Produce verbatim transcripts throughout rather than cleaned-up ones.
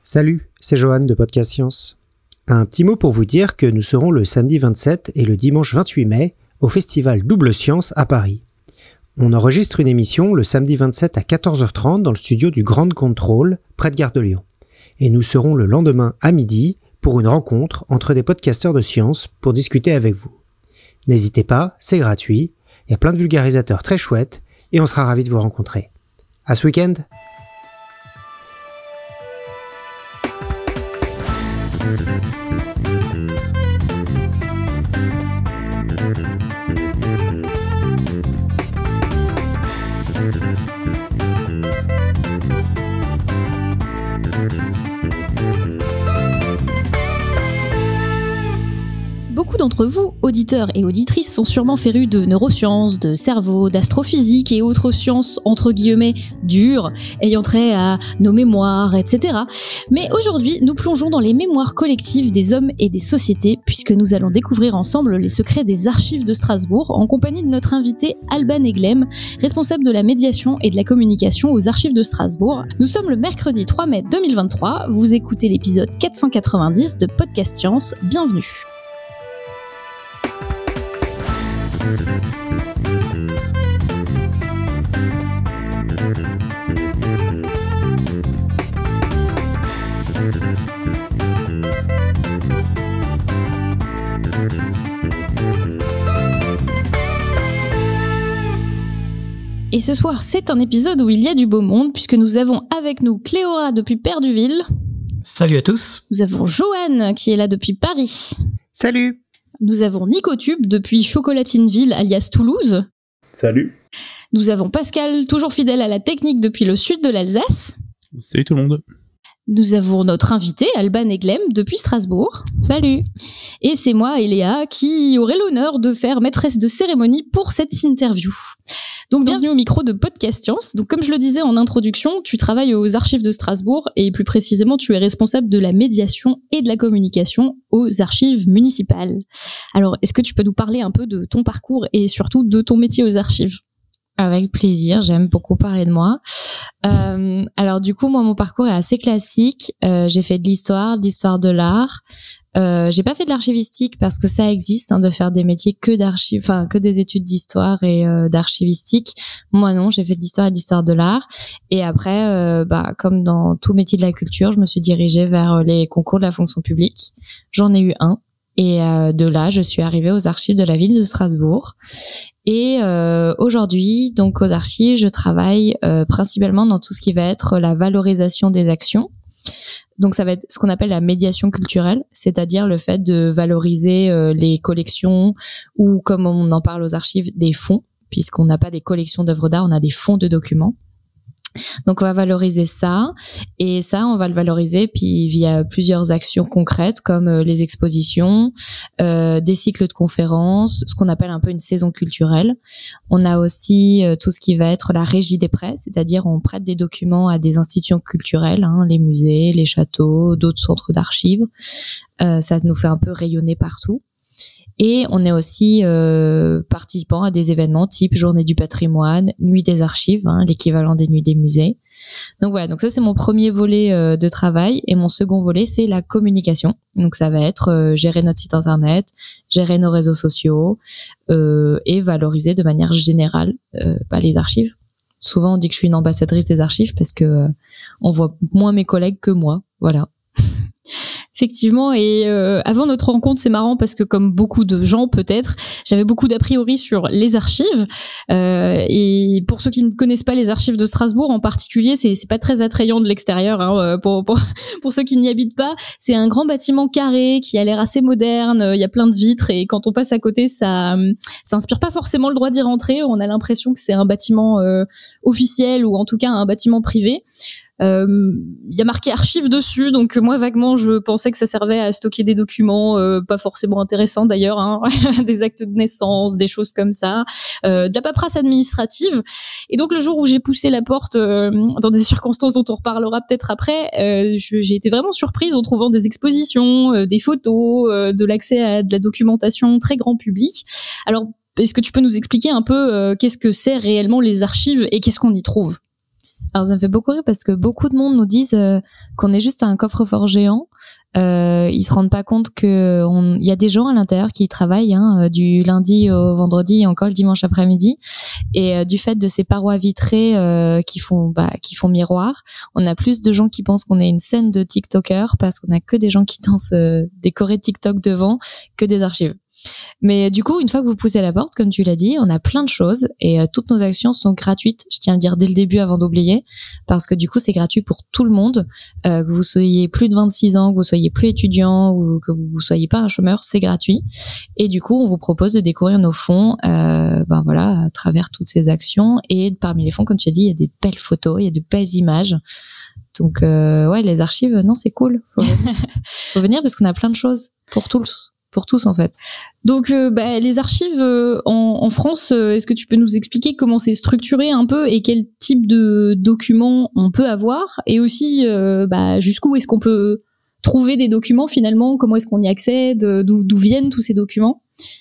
Salut, c'est Johan de Podcast Science. Un petit mot pour vous dire que nous serons le samedi vingt-sept et le dimanche vingt-huit mai au festival Double Science à Paris. On enregistre une émission le samedi vingt-sept à quatorze heures trente dans le studio du Grand Contrôle près de Gare de Lyon. Et nous serons le lendemain à midi pour une rencontre entre des podcasteurs de science pour discuter avec vous. N'hésitez pas, c'est gratuit, il y a plein de vulgarisateurs très chouettes et on sera ravis de vous rencontrer. À ce week-end! Beaucoup d'entre vous, auditeurs et auditrices, sont sûrement férus de neurosciences, de cerveau, d'astrophysique et autres sciences entre guillemets dures, ayant trait à nos mémoires, et cetera. Mais aujourd'hui, nous plongeons dans les mémoires collectives des hommes et des sociétés, puisque nous allons découvrir ensemble les secrets des archives de Strasbourg, en compagnie de notre invité Alban Eglem, responsable de la médiation et de la communication aux archives de Strasbourg. Nous sommes le mercredi trois mai deux mille vingt-trois, vous écoutez l'épisode quatre cent quatre-vingt-dix de Podcast Science, bienvenue. Et ce soir, c'est un épisode où il y a du beau monde, puisque nous avons avec nous Cléora depuis Perduville. Salut à tous. Nous avons Johan qui est là depuis Paris. Salut. Nous avons Nicotube depuis Chocolatineville, alias Toulouse. Salut. Nous avons Pascal, toujours fidèle à la technique depuis le sud de l'Alsace. Salut tout le monde. Nous avons notre invité, Alban Eglem, depuis Strasbourg. Salut. Et c'est moi, Eléa, qui aurai l'honneur de faire maîtresse de cérémonie pour cette interview. Donc bienvenue au micro de Podcast Science. Donc comme je le disais en introduction, tu travailles aux archives de Strasbourg et plus précisément tu es responsable de la médiation et de la communication aux archives municipales. Alors est-ce que tu peux nous parler un peu de ton parcours et surtout de ton métier aux archives ? Avec plaisir, j'aime beaucoup parler de moi. Euh, alors du coup, moi, mon parcours est assez classique. Euh, j'ai fait de l'histoire, de l'histoire de l'art. Euh, j'ai pas fait de l'archivistique parce que ça existe, hein, de faire des métiers que d'archives, enfin que des études d'histoire et euh, d'archivistique. Moi non, j'ai fait de l'histoire et de l'histoire de l'art. Et après, euh, bah comme dans tout métier de la culture, je me suis dirigée vers les concours de la fonction publique. J'en ai eu un. Et euh, de là, je suis arrivée aux archives de la ville de Strasbourg. Et euh, aujourd'hui, donc aux archives, je travaille euh, principalement dans tout ce qui va être la valorisation des actions. Donc ça va être ce qu'on appelle la médiation culturelle, c'est-à-dire le fait de valoriser euh, les collections ou, comme on en parle aux archives, des fonds, puisqu'on n'a pas des collections d'œuvres d'art, on a des fonds de documents. Donc on va valoriser ça, et ça on va le valoriser puis via plusieurs actions concrètes comme euh, les expositions, euh, des cycles de conférences, ce qu'on appelle un peu une saison culturelle. On a aussi euh, tout ce qui va être la régie des prêts, c'est-à-dire on prête des documents à des institutions culturelles, hein, les musées, les châteaux, d'autres centres d'archives. Euh, ça nous fait un peu rayonner partout. Et on est aussi euh, participant à des événements type Journée du patrimoine, Nuit des archives, hein, l'équivalent des Nuits des musées. Donc voilà, donc ça c'est mon premier volet euh, de travail, et mon second volet c'est la communication. Donc ça va être euh, gérer notre site internet, gérer nos réseaux sociaux euh, et valoriser de manière générale euh, bah, les archives. Souvent on dit que je suis une ambassadrice des archives parce que euh, on voit moins mes collègues que moi, voilà. Effectivement, et euh, avant notre rencontre, c'est marrant parce que comme beaucoup de gens peut-être, j'avais beaucoup d'a priori sur les archives. Euh, et pour ceux qui ne connaissent pas les archives de Strasbourg en particulier, c'est, c'est pas très attrayant de l'extérieur. Hein, pour, pour, pour ceux qui n'y habitent pas, c'est un grand bâtiment carré qui a l'air assez moderne. Il y a plein de vitres et quand on passe à côté, ça, ça inspire pas forcément le droit d'y rentrer. On a l'impression que c'est un bâtiment euh, officiel ou en tout cas un bâtiment privé. Il euh, y a marqué archives dessus, donc moi vaguement je pensais que ça servait à stocker des documents euh, pas forcément intéressants d'ailleurs, hein, des actes de naissance, des choses comme ça, euh, de la paperasse administrative. Et donc le jour où j'ai poussé la porte euh, dans des circonstances dont on reparlera peut-être après, euh, je, j'ai été vraiment surprise en trouvant des expositions, euh, des photos, euh, de l'accès à de la documentation très grand public. Alors est-ce que tu peux nous expliquer un peu euh, qu'est-ce que c'est réellement les archives et qu'est-ce qu'on y trouve ? Alors ça me fait beaucoup rire parce que beaucoup de monde nous disent euh, qu'on est juste un coffre-fort géant. Euh, ils se rendent pas compte que on, y a des gens à l'intérieur qui travaillent hein, du lundi au vendredi et encore le dimanche après-midi. Et euh, du fait de ces parois vitrées euh, qui font bah, qui font miroir, on a plus de gens qui pensent qu'on est une scène de TikTokers parce qu'on a que des gens qui dansent euh, des chorés TikTok devant que des archives. Mais du coup, une fois que vous poussez la porte, comme tu l'as dit, on a plein de choses et euh, toutes nos actions sont gratuites. Je tiens à le dire dès le début avant d'oublier, parce que du coup, c'est gratuit pour tout le monde. Euh, que vous soyez plus de vingt-six ans, que vous soyez plus étudiant ou que vous soyez pas un chômeur, c'est gratuit. Et du coup, on vous propose de découvrir nos fonds, euh, ben voilà, à travers toutes ces actions. Et parmi les fonds, comme tu as dit, il y a des belles photos, il y a de belles images. Donc euh, ouais, les archives, non, c'est cool. Faut venir, Faut venir parce qu'on a plein de choses pour tous. Pour tous en fait. Donc euh, bah, les archives euh, en, en France, euh, est-ce que tu peux nous expliquer comment c'est structuré un peu et quel type de documents on peut avoir et aussi euh, bah, jusqu'où est-ce qu'on peut trouver des documents finalement, comment est-ce qu'on y accède, d'où, d'où viennent tous ces documents?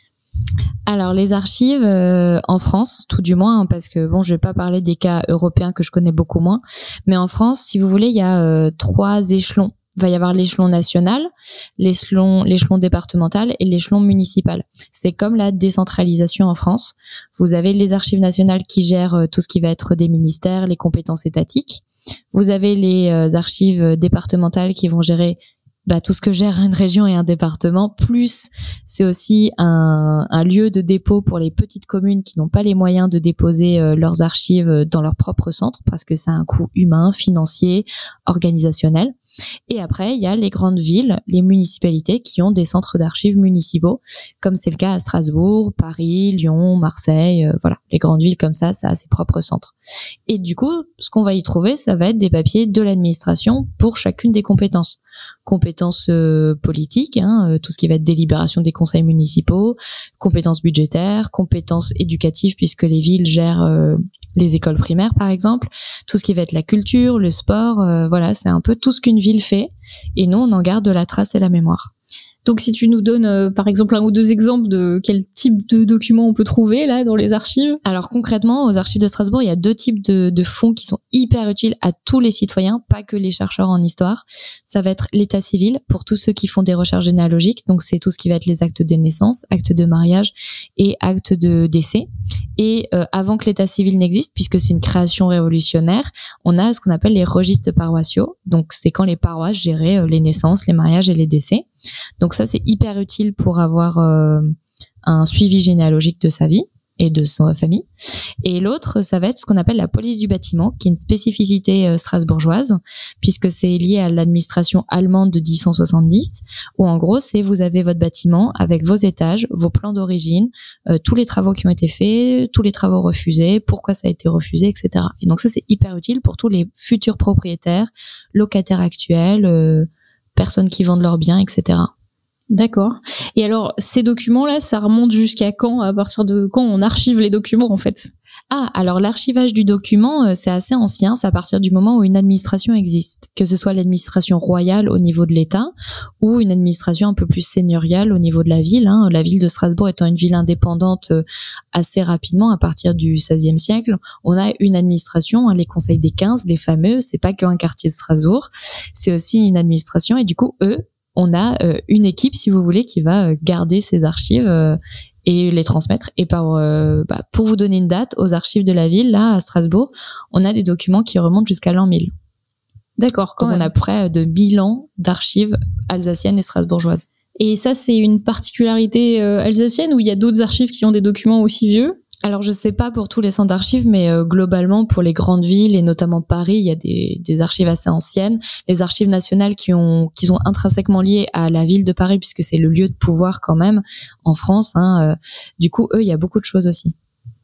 Alors les archives euh, en France, tout du moins, hein, parce que bon, je vais pas parler des cas européens que je connais beaucoup moins, mais en France, si vous voulez, il y a euh, trois échelons. Il va y avoir l'échelon national, l'échelon, l'échelon départemental et l'échelon municipal. C'est comme la décentralisation en France. Vous avez les archives nationales qui gèrent tout ce qui va être des ministères, les compétences étatiques. Vous avez les euh, archives départementales qui vont gérer bah, tout ce que gère une région et un département, plus c'est aussi un, un lieu de dépôt pour les petites communes qui n'ont pas les moyens de déposer euh, leurs archives dans leur propre centre parce que ça a un coût humain, financier, organisationnel. Et après, il y a les grandes villes, les municipalités qui ont des centres d'archives municipaux, comme c'est le cas à Strasbourg, Paris, Lyon, Marseille, euh, voilà, les grandes villes comme ça, ça a ses propres centres. Et du coup, ce qu'on va y trouver, ça va être des papiers de l'administration pour chacune des compétences. Compétences euh, politiques, hein, euh, tout ce qui va être délibération des conseils municipaux, compétences budgétaires, compétences éducatives puisque les villes gèrent euh, les écoles primaires par exemple, tout ce qui va être la culture, le sport, euh, voilà, c'est un peu tout ce qu'une ville fait et nous on en garde la trace et la mémoire. Donc si tu nous donnes euh, par exemple un ou deux exemples de quel type de documents on peut trouver là dans les archives. Alors concrètement, aux archives de Strasbourg, il y a deux types de, de fonds qui sont hyper utiles à tous les citoyens, pas que les chercheurs en histoire. Ça va être l'état civil pour tous ceux qui font des recherches généalogiques, donc c'est tout ce qui va être les actes de naissance, actes de mariage et actes de décès. Et euh, avant que l'état civil n'existe, puisque c'est une création révolutionnaire, on a ce qu'on appelle les registres paroissiaux. Donc c'est quand les paroisses géraient euh, les naissances, les mariages et les décès. Donc ça, c'est hyper utile pour avoir euh, un suivi généalogique de sa vie et de sa famille. Et l'autre, ça va être ce qu'on appelle la police du bâtiment, qui est une spécificité euh, strasbourgeoise, puisque c'est lié à l'administration allemande de dix cent soixante-dix, où en gros, c'est vous avez votre bâtiment avec vos étages, vos plans d'origine, euh, tous les travaux qui ont été faits, tous les travaux refusés, pourquoi ça a été refusé, et cetera. Et donc ça, c'est hyper utile pour tous les futurs propriétaires, locataires actuels, euh, personnes qui vendent leurs biens, et cetera. D'accord. Et alors, ces documents-là, ça remonte jusqu'à quand? À partir de quand on archive les documents, en fait? Ah, alors l'archivage du document, euh, c'est assez ancien. C'est à partir du moment où une administration existe, que ce soit l'administration royale au niveau de l'État ou une administration un peu plus seigneuriale au niveau de la ville. Hein. La ville de Strasbourg étant une ville indépendante euh, assez rapidement, à partir du seizième siècle, on a une administration, hein, les conseils des quinze, les fameux. C'est pas qu'un quartier de Strasbourg, c'est aussi une administration. Et du coup, eux, on a euh, une équipe, si vous voulez, qui va euh, garder ces archives euh, et les transmettre. Et par, euh, bah, pour vous donner une date, aux archives de la ville, là, à Strasbourg, on a des documents qui remontent jusqu'à l'an mille. D'accord, quand Donc même. on a près de mille ans d'archives alsaciennes et strasbourgeoises. Et ça, c'est une particularité euh, alsacienne ou il y a d'autres archives qui ont des documents aussi vieux? Alors je sais pas pour tous les centres d'archives, mais euh, globalement pour les grandes villes et notamment Paris, il y a des, des archives assez anciennes. Les archives nationales qui ont qui sont intrinsèquement liées à la ville de Paris puisque c'est le lieu de pouvoir quand même en France. Hein, euh, du coup, eux, il y a beaucoup de choses aussi.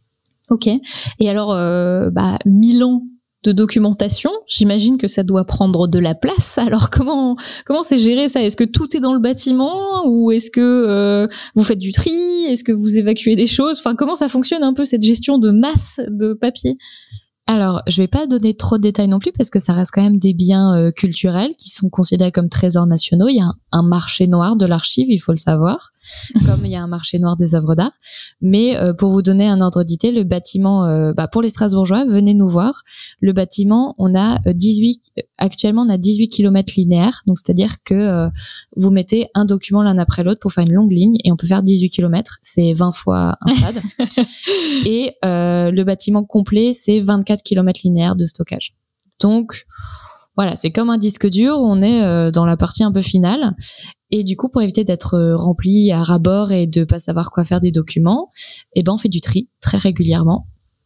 Ok. Et alors, euh, bah, mille ans de documentation, j'imagine que ça doit prendre de la place. Alors comment comment c'est géré ça? Est-ce que tout est dans le bâtiment ou est-ce que euh, vous faites du tri? Est-ce que vous évacuez des choses? Enfin, comment ça fonctionne un peu cette gestion de masse de papier? Alors, je vais pas donner trop de détails non plus parce que ça reste quand même des biens euh, culturels qui sont considérés comme trésors nationaux. Il y a un, un marché noir de l'archive, il faut le savoir, comme il y a un marché noir des œuvres d'art. Mais euh, pour vous donner un ordre d'idée, le bâtiment, euh, bah, pour les Strasbourgeois, venez nous voir. Le bâtiment, on a dix-huit, actuellement on a dix-huit kilomètres linéaires, donc c'est-à-dire que euh, vous mettez un document l'un après l'autre pour faire une longue ligne et on peut faire dix-huit kilomètres, c'est vingt fois un stade. Et euh, le bâtiment complet, c'est vingt-quatre kilomètres linéaires de stockage. Donc voilà, c'est comme un disque dur, on est euh, dans la partie un peu finale. Et du coup, pour éviter d'être euh, rempli à ras-bord et de pas savoir quoi faire des documents, eh ben on fait du tri très régulièrement.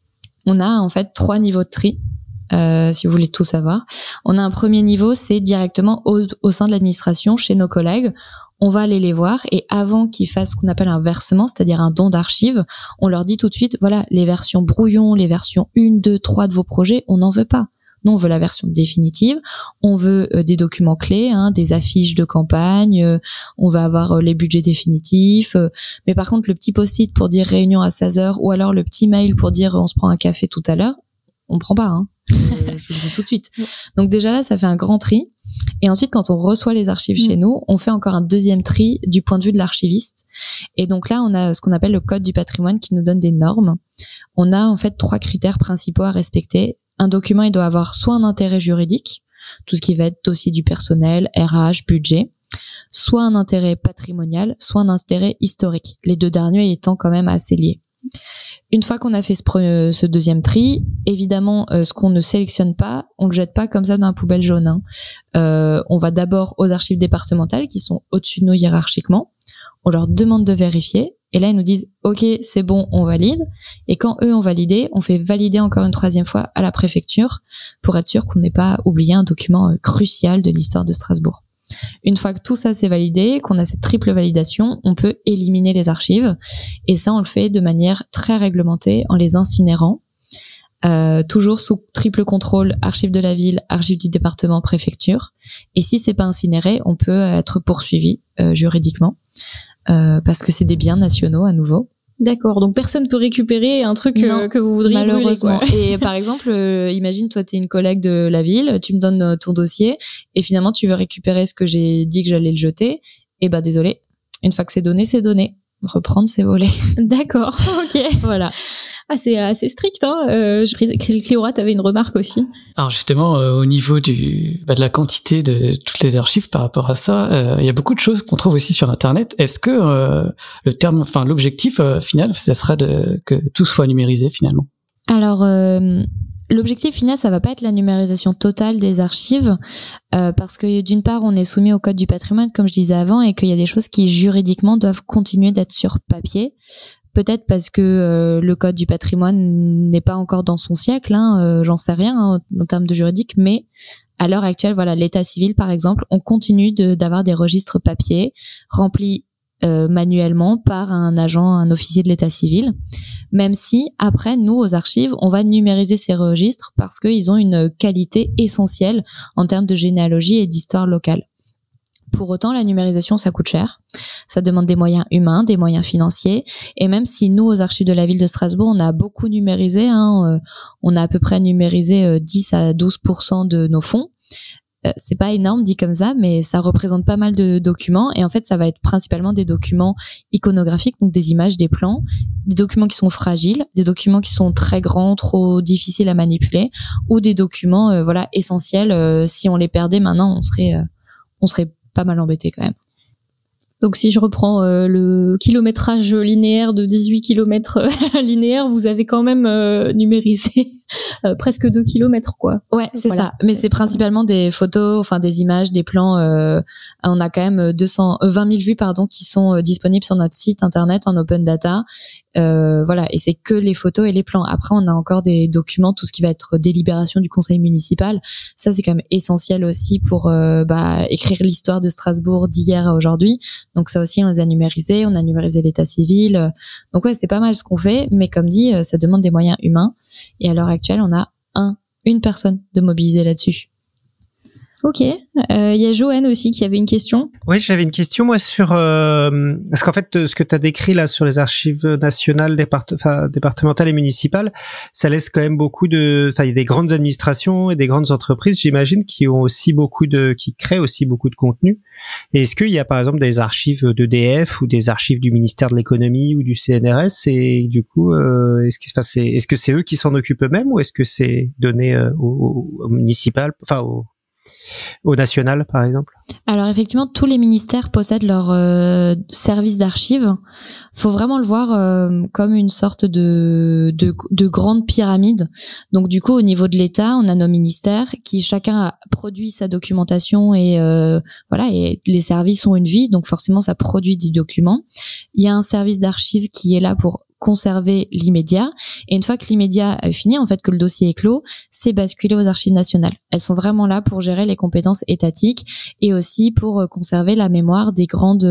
On a en fait trois niveaux de tri. Euh, si vous voulez tout savoir. On a un premier niveau, c'est directement au, au sein de l'administration, chez nos collègues. On va aller les voir et avant qu'ils fassent ce qu'on appelle un versement, c'est-à-dire un don d'archives, on leur dit tout de suite, voilà, les versions brouillon, les versions un, deux, trois de vos projets, on n'en veut pas. Nous, on veut la version définitive. On veut euh, des documents clés, hein, des affiches de campagne. Euh, on va avoir euh, les budgets définitifs. Euh, mais par contre, le petit post-it pour dire réunion à seize heures ou alors le petit mail pour dire on se prend un café tout à l'heure, on prend pas, hein. Euh, je vous le dis tout de suite. Donc déjà là, ça fait un grand tri. Et ensuite, quand on reçoit les archives mmh. chez nous, on fait encore un deuxième tri du point de vue de l'archiviste. Et donc là, on a ce qu'on appelle le code du patrimoine qui nous donne des normes. On a en fait trois critères principaux à respecter. Un document, il doit avoir soit un intérêt juridique, tout ce qui va être dossier du personnel, R H, budget, soit un intérêt patrimonial, soit un intérêt historique. Les deux derniers étant quand même assez liés. Une fois qu'on a fait ce, pre- ce deuxième tri, évidemment, euh, ce qu'on ne sélectionne pas, on le jette pas comme ça dans la poubelle jaune. Hein. Euh, on va d'abord aux archives départementales qui sont au-dessus de nous hiérarchiquement. On leur demande de vérifier. Et là, ils nous disent « Ok, c'est bon, on valide ». Et quand eux ont validé, on fait valider encore une troisième fois à la préfecture pour être sûr qu'on n'ait pas oublié un document euh, crucial de l'histoire de Strasbourg. Une fois que tout ça c'est validé, qu'on a cette triple validation, on peut éliminer les archives. Et ça, on le fait de manière très réglementée en les incinérant. Euh, toujours sous triple contrôle, archives de la ville, archives du département, préfecture. Et si c'est pas incinéré, on peut être poursuivi euh, juridiquement euh, parce que c'est des biens nationaux à nouveau. D'accord, donc personne peut récupérer un truc non, euh, que vous voudriez malheureusement. brûler, quoi. Et par exemple, euh, imagine toi t'es une collègue de la ville, tu me donnes euh, ton dossier et finalement tu veux récupérer ce que j'ai dit que j'allais le jeter. Et bah désolé, une fois que c'est donné, c'est donné. Reprendre, c'est voler. D'accord, ok. Voilà. Ah, c'est assez strict, hein. Euh, je... Cléora, t'avais une remarque aussi. Alors justement, euh, au niveau du bah, de la quantité de toutes les archives par rapport à ça, euh, il y a beaucoup de choses qu'on trouve aussi sur Internet. Est-ce que euh, le terme, enfin l'objectif euh, final, ça sera de que tout soit numérisé finalement? Alors euh, l'objectif final, ça va pas être la numérisation totale des archives, euh, parce que d'une part, on est soumis au code du patrimoine, comme je disais avant, et qu'il y a des choses qui juridiquement doivent continuer d'être sur papier. Peut-être parce que euh, le code du patrimoine n'est pas encore dans son siècle, hein, euh, j'en sais rien hein, en termes de juridique, mais à l'heure actuelle, voilà, l'état civil par exemple, on continue de, d'avoir des registres papier remplis euh, manuellement par un agent, un officier de l'état civil, même si après, nous, aux archives, on va numériser ces registres parce qu'ils ont une qualité essentielle en termes de généalogie et d'histoire locale. Pour autant, la numérisation, ça coûte cher. Ça demande des moyens humains, des moyens financiers. Et même si nous, aux archives de la ville de Strasbourg, on a beaucoup numérisé, hein, euh, on a à peu près numérisé euh, dix à douze pour cent de nos fonds. Euh, c'est pas énorme dit comme ça, mais ça représente pas mal de documents. Et en fait, ça va être principalement des documents iconographiques, donc des images, des plans, des documents qui sont fragiles, des documents qui sont très grands, trop difficiles à manipuler, ou des documents, euh, voilà, essentiels. Euh, si on les perdait maintenant, on serait, euh, on serait pas mal embêté quand même. Donc si je reprends euh, le kilométrage linéaire de dix-huit kilomètres euh, linéaires, vous avez quand même euh, numérisé euh, presque deux kilomètres, quoi. Ouais, c'est voilà, ça. Mais c'est, c'est principalement des photos, enfin des images, des plans. Euh, on a quand même deux cents, vingt mille vues pardon, qui sont euh, disponibles sur notre site internet en open data. Euh, voilà, et c'est que les photos et les plans. Après, on a encore des documents, tout ce qui va être délibération du conseil municipal. Ça, c'est quand même essentiel aussi pour euh, bah, écrire l'histoire de Strasbourg d'hier à aujourd'hui. Donc ça aussi, on les a numérisés, on a numérisé l'état civil. Donc ouais, c'est pas mal ce qu'on fait, mais comme dit, ça demande des moyens humains. Et à l'heure actuelle, on a un, une personne de mobiliser là-dessus. Ok. Il euh, y a Joanne aussi qui avait une question. Oui, j'avais une question moi sur euh, parce qu'en fait ce que tu as décrit là sur les archives nationales, départ... enfin, départementales et municipales, ça laisse quand même beaucoup de, enfin il y a des grandes administrations et des grandes entreprises, j'imagine, qui ont aussi beaucoup de, qui créent aussi beaucoup de contenu. Et est-ce qu'il y a par exemple des archives d'E D F ou des archives du ministère de l'économie ou du C N R S et du coup euh, est-ce que, enfin, c'est, est-ce que c'est eux qui s'en occupent eux-mêmes ou est-ce que c'est donné euh, au, au municipal, enfin au au national, par exemple? Alors effectivement, tous les ministères possèdent leur euh, service d'archives. Faut vraiment le voir euh, comme une sorte de, de de grande pyramide. Donc du coup, au niveau de l'État, on a nos ministères qui chacun a produit sa documentation et euh, voilà. Et les services ont une vie, donc forcément, ça produit des documents. Il y a un service d'archives qui est là pour conserver l'immédiat, et une fois que l'immédiat est fini, en fait que le dossier est clos, c'est basculé aux archives nationales. Elles sont vraiment là pour gérer les compétences étatiques et aussi pour conserver la mémoire des grandes...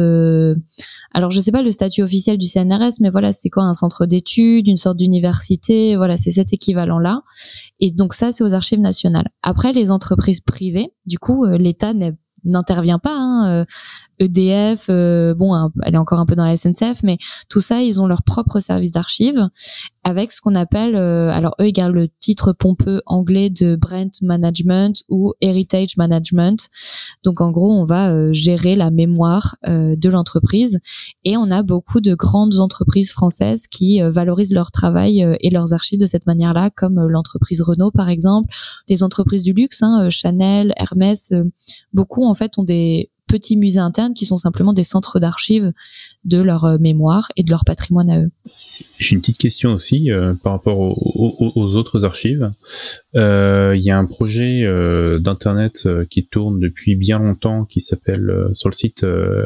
Alors je sais pas le statut officiel du C N R S, mais voilà, c'est quoi un centre d'études, une sorte d'université, voilà, c'est cet équivalent-là. Et donc ça, c'est aux archives nationales. Après, les entreprises privées, du coup, l'État n'est n'intervient pas, hein. E D F, euh, bon, un, elle est encore un peu dans la S N C F, mais tout ça, ils ont leur propre service d'archives avec ce qu'on appelle, euh, alors eux, ils gardent le titre pompeux anglais de Brand Management ou Heritage Management. Donc en gros, on va euh, gérer la mémoire euh, de l'entreprise, et on a beaucoup de grandes entreprises françaises qui euh, valorisent leur travail euh, et leurs archives de cette manière-là, comme euh, l'entreprise Renault par exemple, les entreprises du luxe, hein, euh, Chanel, Hermès, euh, beaucoup en fait ont des petits musées internes qui sont simplement des centres d'archives de leur euh, mémoire et de leur patrimoine à eux. J'ai une petite question aussi euh, par rapport aux, aux, aux autres archives. Euh, il y a un projet euh, d'internet euh, qui tourne depuis bien longtemps qui s'appelle euh, sur le site euh,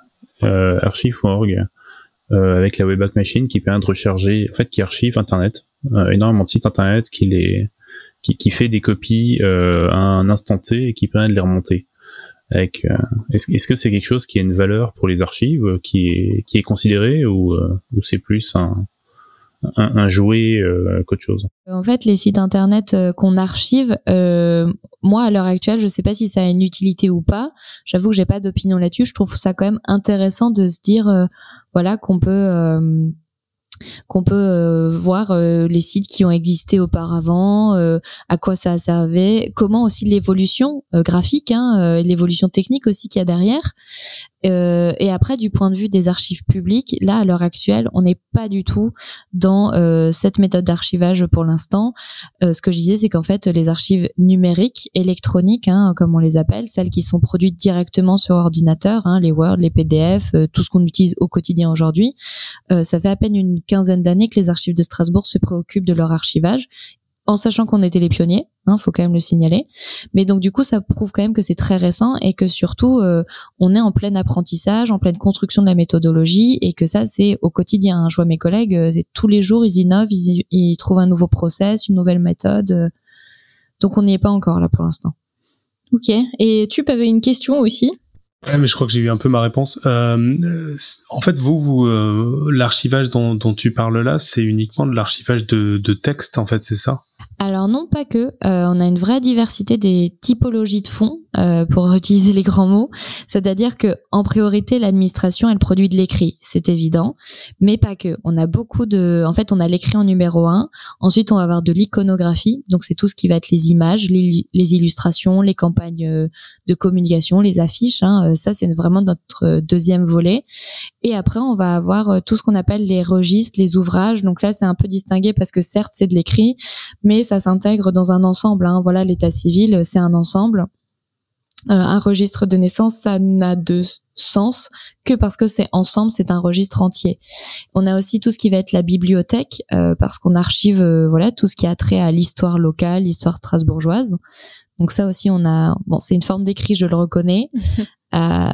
euh, archive point org euh, avec la Wayback Machine qui permet de recharger, en fait, qui archive internet, euh, énormément de sites internet, qui les qui, qui fait des copies euh, à un instant T et qui permet de les remonter. Avec, euh, est-ce, est-ce que c'est quelque chose qui a une valeur pour les archives, euh, qui est qui est considéré, ou, euh, ou c'est plus un un, un jouet euh, qu'autre chose? En fait, les sites internet euh, qu'on archive, euh, moi à l'heure actuelle, je sais pas si ça a une utilité ou pas. J'avoue que j'ai pas d'opinion là-dessus. Je trouve ça quand même intéressant de se dire, euh, voilà, qu'on peut euh, qu'on peut euh, voir euh, les sites qui ont existé auparavant, euh, à quoi ça servait, comment aussi l'évolution euh, graphique, hein, euh, l'évolution technique aussi qu'il y a derrière. Euh, et après, du point de vue des archives publiques, là, à l'heure actuelle, on n'est pas du tout dans euh, cette méthode d'archivage pour l'instant. Euh, ce que je disais, c'est qu'en fait, les archives numériques, électroniques, hein, comme on les appelle, celles qui sont produites directement sur ordinateur, hein, les Word, les P D F, euh, tout ce qu'on utilise au quotidien aujourd'hui, euh, ça fait à peine une quinzaine d'années que les archives de Strasbourg se préoccupent de leur archivage, en sachant qu'on était les pionniers, hein, faut quand même le signaler. Mais donc du coup, ça prouve quand même que c'est très récent et que surtout, euh, on est en plein apprentissage, en pleine construction de la méthodologie, et que ça, c'est au quotidien. Hein. Je vois mes collègues, euh, c'est tous les jours, ils innovent, ils, ils trouvent un nouveau process, une nouvelle méthode. Euh, donc on n'y est pas encore là pour l'instant. Ok. Et tu avais une question aussi? Ouais, mais je crois que j'ai eu un peu ma réponse. Euh, en fait, vous, vous euh, l'archivage dont, dont tu parles là, c'est uniquement de l'archivage de, de texte, en fait, c'est ça? Alors non, pas que. Euh, on a une vraie diversité des typologies de fonds, euh, pour utiliser les grands mots. C'est-à-dire que en priorité, l'administration, elle produit de l'écrit, c'est évident, mais pas que. On a beaucoup de... En fait, on a l'écrit en numéro un. Ensuite, on va avoir de l'iconographie. Donc, c'est tout ce qui va être les images, les, les illustrations, les campagnes de communication, les affiches. Hein. Ça, c'est vraiment notre deuxième volet. Et après, on va avoir tout ce qu'on appelle les registres, les ouvrages. Donc là, c'est un peu distingué parce que certes, c'est de l'écrit, mais ça s'intègre dans un ensemble. Hein. Voilà, l'état civil, c'est un ensemble. Euh, un registre de naissance, ça n'a de sens que parce que c'est ensemble, c'est un registre entier. On a aussi tout ce qui va être la bibliothèque, euh, parce qu'on archive, euh, voilà, tout ce qui a trait à l'histoire locale, l'histoire strasbourgeoise. Donc ça aussi, on a, bon, c'est une forme d'écrit, je le reconnais. euh,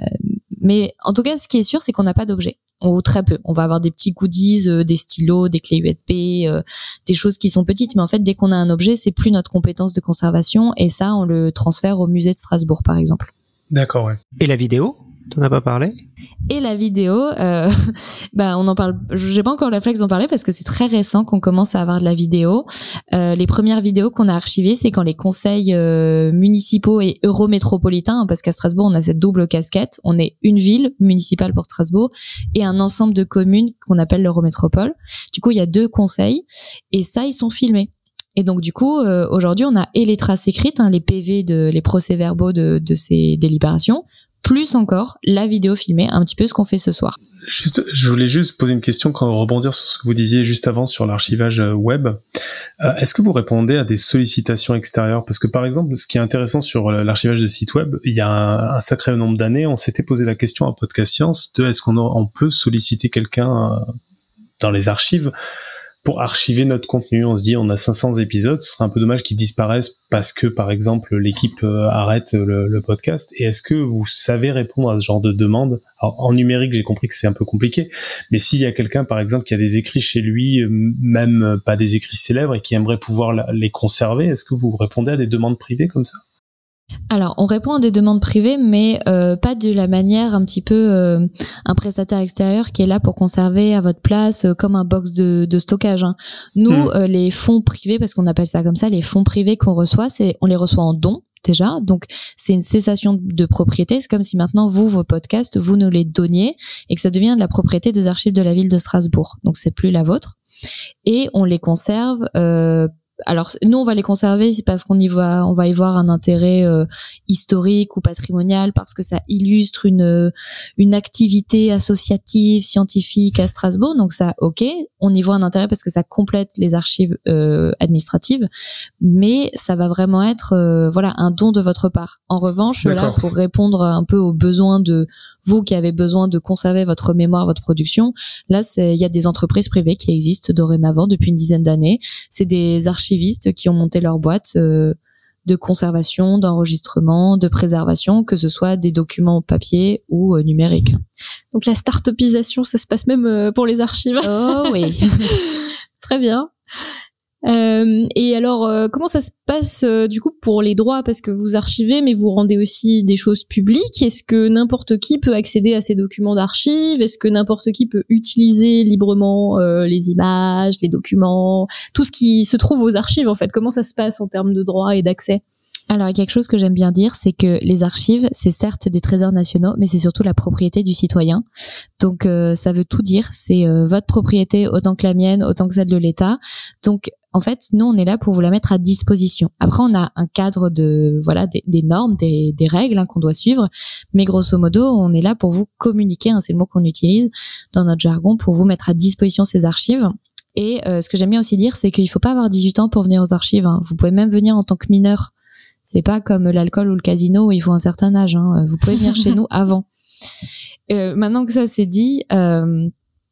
mais en tout cas, ce qui est sûr, c'est qu'on n'a pas d'objet, ou très peu. On va avoir des petits goodies, euh, des stylos, des clés U S B, euh, des choses qui sont petites, mais en fait, dès qu'on a un objet, c'est plus notre compétence de conservation, et ça, on le transfère au musée de Strasbourg, par exemple. D'accord, ouais. Et la vidéo ? T'en as pas parlé? Et la vidéo, euh, bah on en parle. J'ai pas encore le réflexe d'en parler parce que c'est très récent qu'on commence à avoir de la vidéo. Euh, les premières vidéos qu'on a archivées, c'est quand les conseils euh, municipaux et eurométropolitains, parce qu'à Strasbourg on a cette double casquette, on est une ville municipale pour Strasbourg et un ensemble de communes qu'on appelle l'Eurométropole. Du coup, il y a deux conseils et ça, ils sont filmés. Et donc du coup, euh, aujourd'hui, on a et les traces écrites, hein, les P V, de, les procès-verbaux de, de ces délibérations, plus encore la vidéo filmée, un petit peu ce qu'on fait ce soir. Juste, je voulais juste poser une question, quand rebondir sur ce que vous disiez juste avant sur l'archivage web. Euh, est-ce que vous répondez à des sollicitations extérieures? Parce que par exemple, ce qui est intéressant sur l'archivage de sites web, il y a un, un sacré nombre d'années, on s'était posé la question à Podcast Science de est-ce qu'on a, on peut solliciter quelqu'un euh, dans les archives pour archiver notre contenu. On se dit, on a cinq cents épisodes, ce serait un peu dommage qu'ils disparaissent parce que, par exemple, l'équipe euh, arrête le, le podcast. Et est-ce que vous savez répondre à ce genre de demande? Alors, en numérique, j'ai compris que c'est un peu compliqué, mais s'il y a quelqu'un, par exemple, qui a des écrits chez lui, même pas des écrits célèbres, et qui aimerait pouvoir les conserver, est-ce que vous répondez à des demandes privées comme ça? Alors, on répond à des demandes privées, mais euh, pas de la manière un petit peu euh, un prestataire extérieur qui est là pour conserver à votre place euh, comme un box de, de stockage. Hein. Nous, mmh. euh, les fonds privés, parce qu'on appelle ça comme ça, les fonds privés qu'on reçoit, c'est on les reçoit en dons déjà. Donc, c'est une cessation de propriété. C'est comme si maintenant, vous, vos podcasts, vous nous les donniez et que ça devient de la propriété des archives de la ville de Strasbourg. Donc, c'est plus la vôtre. Et on les conserve euh, alors nous on va les conserver parce qu'on y va on va y voir un intérêt euh, historique ou patrimonial, parce que ça illustre une une activité associative scientifique à Strasbourg, donc ça OK, on y voit un intérêt parce que ça complète les archives euh, administratives, mais ça va vraiment être euh, voilà un don de votre part. En revanche, D'accord. là pour répondre un peu aux besoins de vous qui avez besoin de conserver votre mémoire, votre production, là c'est il y a des entreprises privées qui existent dorénavant depuis une dizaine d'années. C'est des archives qui ont monté leur boîte euh, de conservation, d'enregistrement, de préservation, que ce soit des documents papier ou euh, numériques. Donc la start-upisation, ça se passe même euh, pour les archives. Oh oui. Très bien. Euh, et alors, euh, comment ça se passe euh, du coup pour les droits, parce que vous archivez, mais vous rendez aussi des choses publiques. Est-ce que n'importe qui peut accéder à ces documents d'archives? Est-ce que n'importe qui peut utiliser librement euh, les images, les documents, tout ce qui se trouve aux archives en fait? Comment ça se passe en termes de droits et d'accès? Alors, il y a quelque chose que j'aime bien dire, c'est que les archives, c'est certes des trésors nationaux, mais c'est surtout la propriété du citoyen. Donc, euh, ça veut tout dire. C'est euh, votre propriété autant que la mienne, autant que celle de l'État. Donc, en fait, nous, on est là pour vous la mettre à disposition. Après, on a un cadre de, voilà, des, des normes, des, des règles hein, qu'on doit suivre. Mais grosso modo, on est là pour vous communiquer, hein, c'est le mot qu'on utilise dans notre jargon, pour vous mettre à disposition ces archives. Et euh, ce que j'aime bien aussi dire, c'est qu'il faut pas avoir dix-huit ans pour venir aux archives. Hein. Vous pouvez même venir en tant que mineur. C'est pas comme l'alcool ou le casino où il faut un certain âge. Hein. Vous pouvez venir chez nous avant. Euh, maintenant que ça c'est dit, euh,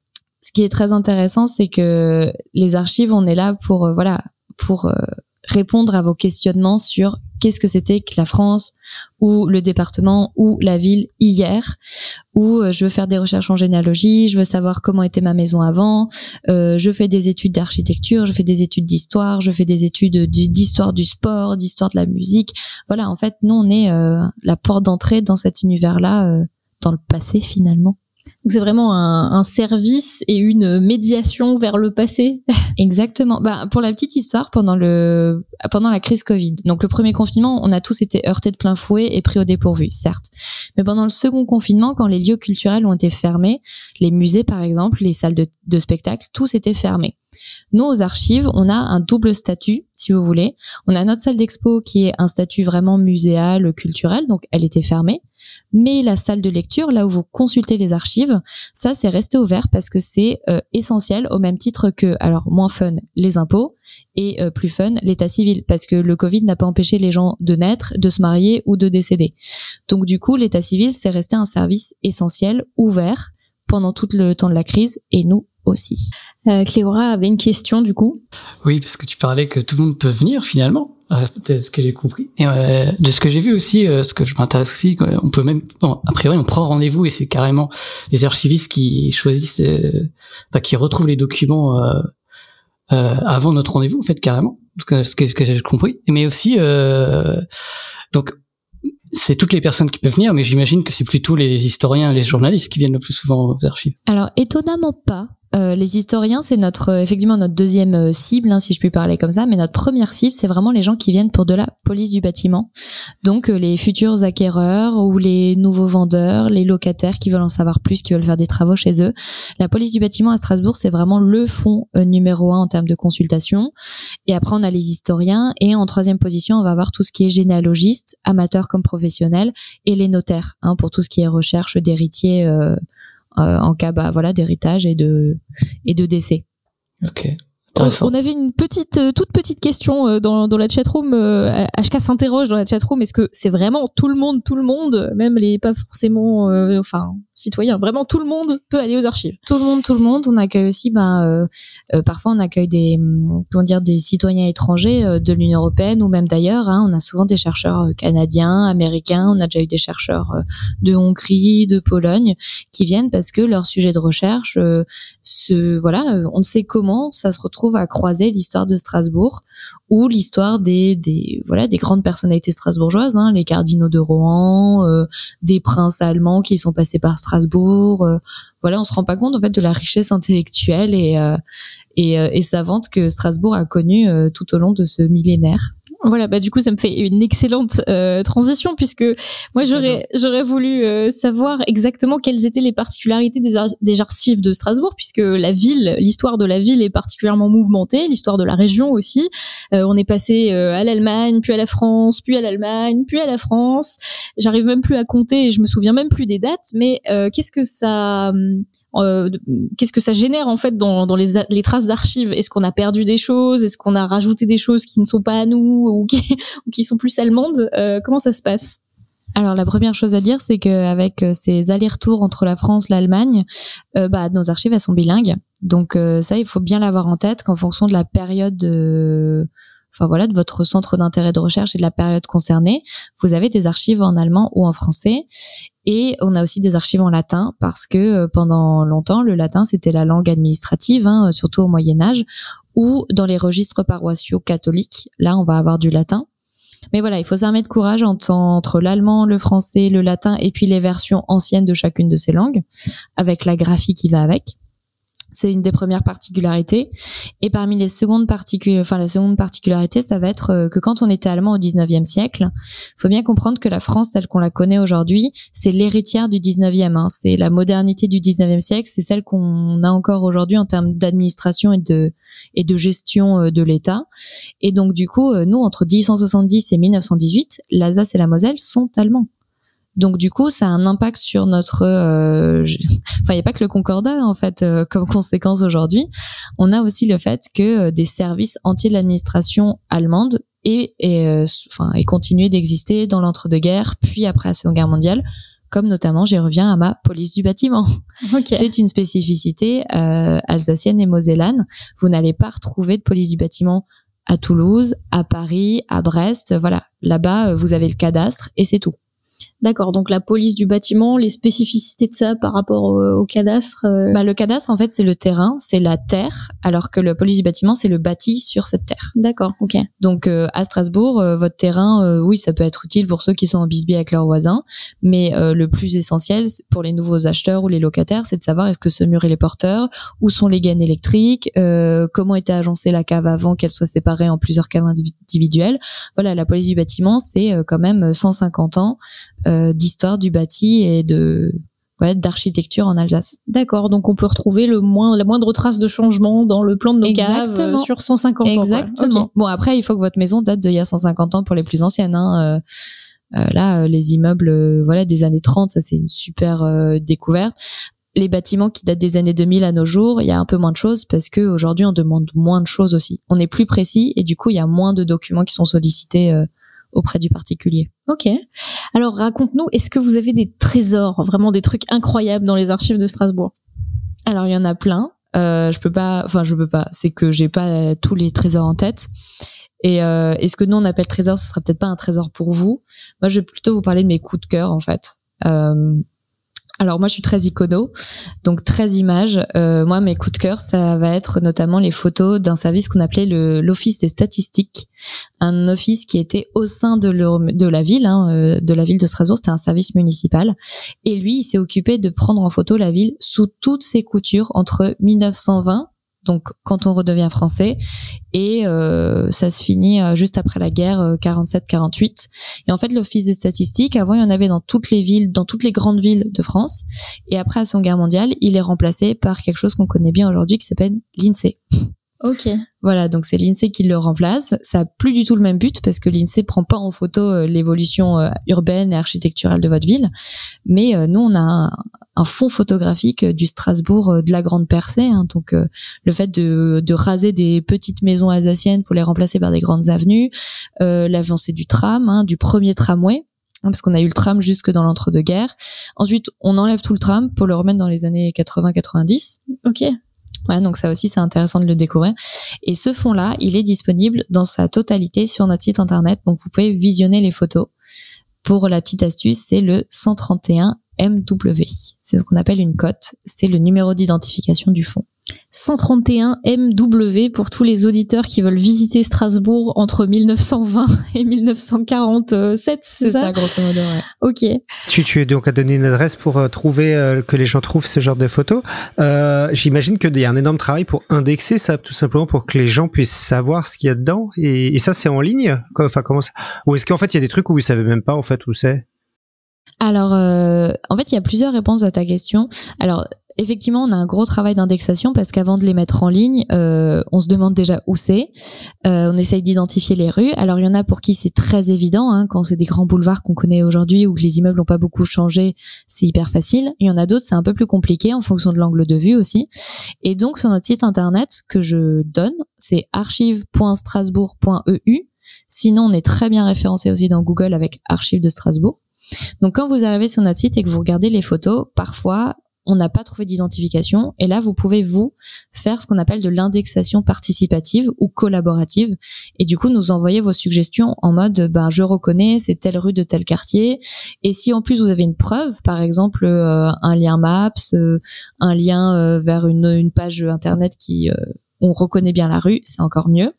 ce qui est très intéressant, c'est que les archives, on est là pour euh, voilà, pour euh, répondre à vos questionnements sur qu'est-ce que c'était que la France ou le département ou la ville hier, où euh, je veux faire des recherches en généalogie, je veux savoir comment était ma maison avant, euh, je fais des études d'architecture, je fais des études d'histoire, je fais des études d'histoire du sport, d'histoire de la musique. Voilà, en fait, nous, on est euh, la porte d'entrée dans cet univers-là, euh, dans le passé finalement. Donc c'est vraiment un, un service et une médiation vers le passé. Exactement. Bah, pour la petite histoire, pendant le pendant la crise Covid, donc le premier confinement, on a tous été heurtés de plein fouet et pris au dépourvu, certes. Mais pendant le second confinement, quand les lieux culturels ont été fermés, les musées par exemple, les salles de, de spectacle, tous étaient fermés. Nous, aux archives, on a un double statut, si vous voulez. On a notre salle d'expo qui est un statut vraiment muséal, culturel, donc elle était fermée. Mais la salle de lecture, là où vous consultez les archives, ça c'est resté ouvert parce que c'est euh, essentiel, au même titre que, alors moins fun, les impôts, et euh, plus fun, l'état civil, parce que le Covid n'a pas empêché les gens de naître, de se marier ou de décéder. Donc du coup, l'état civil, c'est resté un service essentiel, ouvert, pendant tout le temps de la crise, et nous aussi. Euh, Cléora avait une question du coup. Oui, parce que tu parlais que tout le monde peut venir finalement, euh, de ce que j'ai compris. Et euh, de ce que j'ai vu aussi, euh, ce que je m'intéresse aussi, on peut même, bon, a priori on prend rendez-vous et c'est carrément les archivistes qui choisissent, euh, enfin qui retrouvent les documents euh, euh, avant notre rendez-vous en fait carrément, ce que, ce que, ce que j'ai compris. Mais aussi, euh, donc c'est toutes les personnes qui peuvent venir, mais j'imagine que c'est plutôt les historiens, les journalistes qui viennent le plus souvent aux archives. Alors étonnamment pas. Euh, les historiens, c'est notre euh, effectivement notre deuxième euh, cible, hein, si je puis parler comme ça, mais notre première cible, c'est vraiment les gens qui viennent pour de la police du bâtiment. Donc euh, les futurs acquéreurs ou les nouveaux vendeurs, les locataires qui veulent en savoir plus, qui veulent faire des travaux chez eux. La police du bâtiment à Strasbourg, c'est vraiment le fonds euh, numéro un en termes de consultation. Et après, on a les historiens. Et en troisième position, on va avoir tout ce qui est généalogiste, amateurs comme professionnels, et les notaires, hein, pour tout ce qui est recherche d'héritiers euh, Euh, en cas bah voilà d'héritage et de et de décès. Ok. On, on avait une petite euh, toute petite question euh, dans dans la chatroom. Euh, H K s'interroge dans la chatroom, est-ce que c'est vraiment tout le monde, tout le monde, même les pas forcément, euh, enfin citoyens, vraiment tout le monde peut aller aux archives? Tout le monde, tout le monde. On accueille aussi, ben euh, euh, parfois on accueille des comment dire des citoyens étrangers euh, de l'Union européenne ou même d'ailleurs. Hein. On a souvent des chercheurs euh, canadiens, américains. On a déjà eu des chercheurs euh, de Hongrie, de Pologne qui viennent parce que leur sujet de recherche, euh, se voilà, euh, on ne sait comment ça se retrouve à croiser l'histoire de Strasbourg ou l'histoire des des voilà des grandes personnalités strasbourgeoises, hein, les cardinaux de Rohan, euh, des princes allemands qui sont passés par Strasbourg. Euh, voilà, on se rend pas compte en fait de la richesse intellectuelle et euh, et, euh, et savante que Strasbourg a connue euh, tout au long de ce millénaire. Voilà, bah du coup ça me fait une excellente euh, transition puisque moi j'aurais j'aurais voulu euh, savoir exactement quelles étaient les particularités des, ar- des archives de Strasbourg, puisque la ville, l'histoire de la ville est particulièrement mouvementée, l'histoire de la région aussi. Euh, on est passé euh, à l'Allemagne, puis à la France, puis à l'Allemagne, puis à la France. J'arrive même plus à compter et je me souviens même plus des dates, mais euh, qu'est-ce que ça euh, qu'est-ce que ça génère en fait dans dans les les traces d'archives? Est-ce qu'on a perdu des choses? Est-ce qu'on a rajouté des choses qui ne sont pas à nous ou qui, ou qui sont plus allemandes? euh, Comment ça se passe? Alors la première chose à dire, c'est qu'avec ces allers-retours entre la France, l'Allemagne, euh, bah nos archives elles sont bilingues. Donc euh, ça, il faut bien l'avoir en tête qu'en fonction de la période, de... enfin voilà, de votre centre d'intérêt de recherche et de la période concernée, vous avez des archives en allemand ou en français. Et on a aussi des archives en latin parce que euh, pendant longtemps, le latin c'était la langue administrative, hein, surtout au Moyen Âge, ou dans les registres paroissiaux catholiques. Là, on va avoir du latin. Mais voilà, il faut s'armer de courage entre, entre l'allemand, le français, le latin et puis les versions anciennes de chacune de ces langues, avec la graphie qui va avec. C'est une des premières particularités. Et parmi les secondes particularités, enfin la seconde particularité, ça va être que quand on était allemand au dix-neuvième siècle, faut bien comprendre que la France telle qu'on la connaît aujourd'hui, c'est l'héritière du dix-neuvième. Hein. C'est la modernité du dix-neuvième siècle, c'est celle qu'on a encore aujourd'hui en termes d'administration et de et de gestion de l'État. Et donc du coup, nous entre dix-huit cent soixante-dix et mille neuf cent dix-huit, l'Alsace et la Moselle sont allemands. Donc du coup, ça a un impact sur notre. Euh, je... Enfin, il n'y a pas que le Concordat en fait euh, comme conséquence aujourd'hui. On a aussi le fait que euh, des services entiers de l'administration allemande aient, aient, euh, enfin, aient continué d'exister dans l'entre-deux-guerres, puis après la Seconde Guerre mondiale, comme notamment, j'y reviens à ma police du bâtiment. Okay. C'est une spécificité euh, alsacienne et mosellane. Vous n'allez pas retrouver de police du bâtiment à Toulouse, à Paris, à Brest. Voilà, là-bas, vous avez le cadastre et c'est tout. D'accord, donc la police du bâtiment, les spécificités de ça par rapport au, au cadastre euh... Bah le cadastre en fait c'est le terrain, c'est la terre, alors que le police du bâtiment c'est le bâti sur cette terre. D'accord, ok. Donc euh, à Strasbourg, euh, votre terrain, euh, oui ça peut être utile pour ceux qui sont en bisbille avec leurs voisins, mais euh, le plus essentiel pour les nouveaux acheteurs ou les locataires, c'est de savoir est-ce que ce mur est les porteurs, où sont les gaines électriques, euh, comment était agencée la cave avant qu'elle soit séparée en plusieurs caves individuelles. Voilà, la police du bâtiment c'est euh, quand même cent cinquante ans Euh, d'histoire du bâti et de ouais, d'architecture en Alsace. D'accord, donc on peut retrouver le moins la moindre trace de changement dans le plan de nos Exactement. caves euh, sur cent cinquante ans. Exactement. Okay. Bon après il faut que votre maison date d'il y a cent cinquante ans pour les plus anciennes. Hein. Euh, euh, là euh, les immeubles euh, voilà des années trente, ça c'est une super euh, découverte. Les bâtiments qui datent des années deux mille à nos jours, il y a un peu moins de choses parce que aujourd'hui on demande moins de choses aussi. On est plus précis et du coup il y a moins de documents qui sont sollicités euh, auprès du particulier. Ok. Alors raconte-nous, est-ce que vous avez des trésors, vraiment des trucs incroyables dans les archives de Strasbourg? Alors il y en a plein. Euh, je peux pas, enfin je peux pas. C'est que j'ai pas tous les trésors en tête. Et, euh, et ce que nous on appelle trésor, ce sera peut-être pas un trésor pour vous. Moi je vais plutôt vous parler de mes coups de cœur en fait. Euh, Alors moi je suis très icono, donc très images. Euh, moi mes coups de cœur ça va être notamment les photos d'un service qu'on appelait le, l'Office des statistiques, un office qui était au sein de, le, de la ville, hein, euh, de la ville de Strasbourg. C'était un service municipal et lui il s'est occupé de prendre en photo la ville sous toutes ses coutures entre mille neuf cent vingt, donc quand on redevient français, et euh, ça se finit euh, juste après la guerre, euh, quarante-sept quarante-huit. Et en fait, l'Office des statistiques, avant, il y en avait dans toutes les villes, dans toutes les grandes villes de France. Et après la Seconde Guerre mondiale, il est remplacé par quelque chose qu'on connaît bien aujourd'hui qui s'appelle l'INSEE. Ok. Voilà, donc c'est l'INSEE qui le remplace. Ça a plus du tout le même but parce que l'INSEE prend pas en photo euh, l'évolution euh, urbaine et architecturale de votre ville, mais euh, nous on a un, un fond photographique du Strasbourg euh, de la Grande Percée, hein, donc euh, le fait de, de raser des petites maisons alsaciennes pour les remplacer par des grandes avenues, euh, l'avancée du tram, hein, du premier tramway. Parce qu'on a eu le tram jusque dans l'entre-deux-guerres. Ensuite, on enlève tout le tram pour le remettre dans les années quatre-vingts quatre-vingt-dix. Ok. Ouais, donc ça aussi c'est intéressant de le découvrir. Et ce fond-là, il est disponible dans sa totalité sur notre site internet, donc vous pouvez visionner les photos. Pour la petite astuce, c'est le cent trente et un M W. C'est ce qu'on appelle une cote, c'est le numéro d'identification du fond. cent trente et un M W pour tous les auditeurs qui veulent visiter Strasbourg entre mille neuf cent vingt et mille neuf cent quarante-sept, c'est, c'est ça, ça grosso modo, ouais. Ok. Tu, tu donc as donné une adresse pour euh, trouver euh, que les gens trouvent ce genre de photos. Euh, j'imagine qu'il y a un énorme travail pour indexer ça, tout simplement pour que les gens puissent savoir ce qu'il y a dedans. Et, et ça, c'est en ligne. Enfin, comment ça... Ou est-ce qu'en fait, il y a des trucs où vous savez même pas en fait où c'est? Alors, euh, en fait, il y a plusieurs réponses à ta question. Alors, effectivement, on a un gros travail d'indexation parce qu'avant de les mettre en ligne, euh, on se demande déjà où c'est. Euh, on essaye d'identifier les rues. Alors, il y en a pour qui c'est très évident, hein, quand c'est des grands boulevards qu'on connaît aujourd'hui ou que les immeubles n'ont pas beaucoup changé, c'est hyper facile. Il y en a d'autres, c'est un peu plus compliqué en fonction de l'angle de vue aussi. Et donc, sur notre site internet que je donne, c'est archive point strasbourg point e u. Sinon, on est très bien référencé aussi dans Google avec Archives de Strasbourg. Donc quand vous arrivez sur notre site et que vous regardez les photos, parfois on n'a pas trouvé d'identification et là vous pouvez vous faire ce qu'on appelle de l'indexation participative ou collaborative et du coup nous envoyer vos suggestions en mode ben je reconnais c'est telle rue de tel quartier et si en plus vous avez une preuve, par exemple euh, un lien Maps, euh, un lien euh, vers une, une page internet qui euh, on reconnaît bien la rue, c'est encore mieux.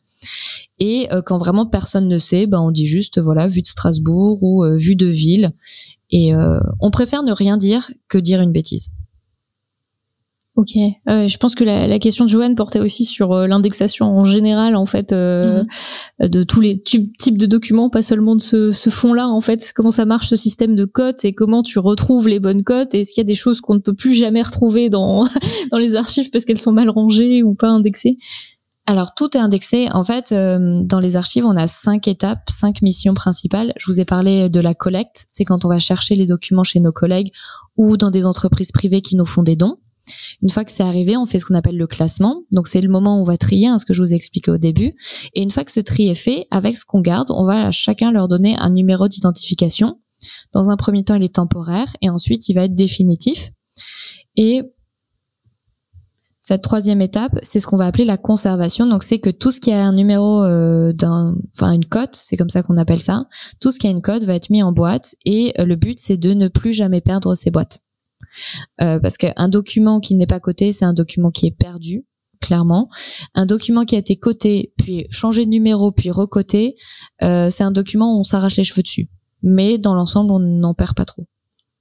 Et euh, quand vraiment personne ne sait, ben on dit juste voilà vue de Strasbourg ou euh, vue de ville. Et euh, on préfère ne rien dire que dire une bêtise. Ok. Euh, je pense que la, la question de Joanne portait aussi sur euh, l'indexation en général en fait euh, mm-hmm. de tous les tu- types de documents, pas seulement de ce, ce fond-là en fait. Comment ça marche ce système de cotes et comment tu retrouves les bonnes cotes et est-ce qu'il y a des choses qu'on ne peut plus jamais retrouver dans dans les archives parce qu'elles sont mal rangées ou pas indexées? Alors tout est indexé. En fait, euh, dans les archives, on a cinq étapes, cinq missions principales. Je vous ai parlé de la collecte, c'est quand on va chercher les documents chez nos collègues ou dans des entreprises privées qui nous font des dons. Une fois que c'est arrivé, on fait ce qu'on appelle le classement. Donc c'est le moment où on va trier, hein, ce que je vous ai expliqué au début. Et une fois que ce tri est fait, avec ce qu'on garde, on va à chacun leur donner un numéro d'identification. Dans un premier temps, il est temporaire et ensuite il va être définitif. Et cette troisième étape, c'est ce qu'on va appeler la conservation. Donc, c'est que tout ce qui a un numéro euh, d'un, enfin une cote, c'est comme ça qu'on appelle ça. Tout ce qui a une cote va être mis en boîte et euh, le but, c'est de ne plus jamais perdre ces boîtes. Euh, parce qu'un document qui n'est pas coté, c'est un document qui est perdu, clairement. Un document qui a été coté, puis changé de numéro, puis recoté, euh, c'est un document où on s'arrache les cheveux dessus. Mais dans l'ensemble, on n'en perd pas trop.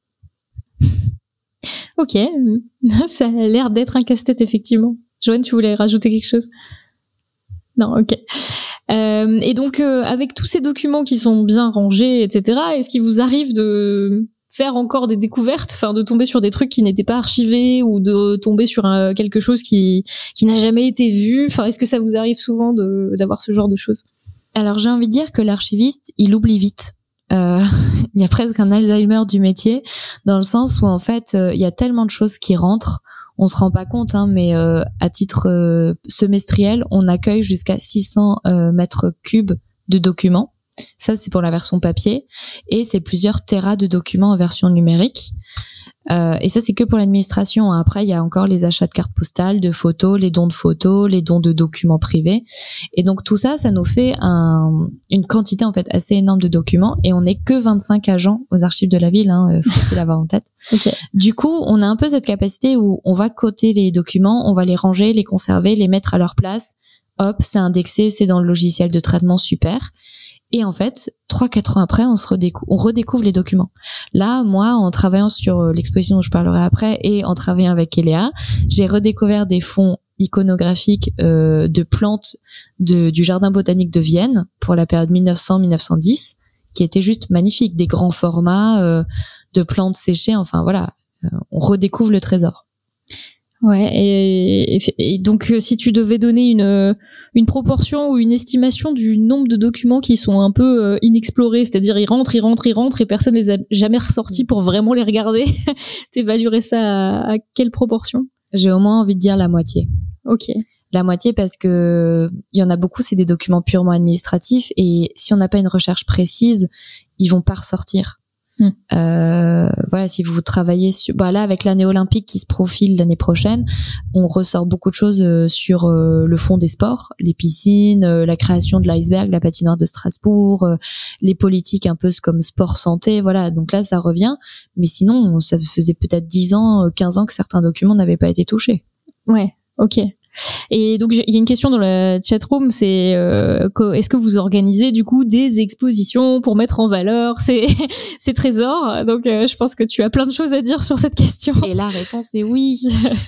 Ok, ça a l'air d'être un casse-tête effectivement. Joanne, tu voulais rajouter quelque chose? Non, ok. Euh, et donc, euh, avec tous ces documents qui sont bien rangés, et cetera, est-ce qu'il vous arrive de faire encore des découvertes, enfin de tomber sur des trucs qui n'étaient pas archivés ou de tomber sur un, quelque chose qui qui n'a jamais été vu? Enfin, est-ce que ça vous arrive souvent de d'avoir ce genre de choses? Alors, j'ai envie de dire que l'archiviste, il oublie vite. Euh, il y a presque un Alzheimer du métier dans le sens où en fait euh, il y a tellement de choses qui rentrent, on se rend pas compte hein, mais euh, à titre euh, semestriel on accueille jusqu'à six cents euh, mètres cubes de documents. Ça c'est pour la version papier et c'est plusieurs téras de documents en version numérique. Euh, et ça, c'est que pour l'administration. Après, il y a encore les achats de cartes postales, de photos, les dons de photos, les dons de documents privés. Et donc tout ça, ça nous fait un, une quantité en fait assez énorme de documents. Et on n'est que vingt-cinq agents aux archives de la ville. Hein, faut aussi l'avoir en tête. Okay. Du coup, on a un peu cette capacité où on va coter les documents, on va les ranger, les conserver, les mettre à leur place. Hop, c'est indexé, c'est dans le logiciel de traitement, super. Et en fait, trois quatre ans après, on se redécouvre, on redécouvre les documents. Là, moi, en travaillant sur l'exposition dont je parlerai après et en travaillant avec Eléa, j'ai redécouvert des fonds iconographiques euh, de plantes de, du jardin botanique de Vienne pour la période mille neuf cents à mille neuf cent dix, qui étaient juste magnifiques, des grands formats euh, de plantes séchées. Enfin voilà, euh, on redécouvre le trésor. Ouais, et, et, et donc si tu devais donner une une proportion ou une estimation du nombre de documents qui sont un peu euh, inexplorés, c'est-à-dire ils rentrent, ils rentrent, ils rentrent et personne les a jamais ressortis pour vraiment les regarder, t'évaluerais ça à, à quelle proportion? J'ai au moins envie de dire la moitié. Ok. La moitié parce que il y en a beaucoup, c'est des documents purement administratifs et si on n'a pas une recherche précise, ils vont pas ressortir. Hmm. Euh, voilà, si vous travaillez sur, bah là avec l'année olympique qui se profile l'année prochaine, on ressort beaucoup de choses euh, sur euh, le fond des sports, les piscines, euh, la création de l'iceberg, la patinoire de Strasbourg, euh, les politiques un peu comme sport santé, voilà. Donc là, ça revient, mais sinon, ça faisait peut-être dix ans, quinze ans que certains documents n'avaient pas été touchés. Ouais, ok. Et donc il y a une question dans la chatroom, c'est euh, est-ce que vous organisez du coup des expositions pour mettre en valeur ces, ces trésors? Donc euh, je pense que tu as plein de choses à dire sur cette question. Et la réponse est oui.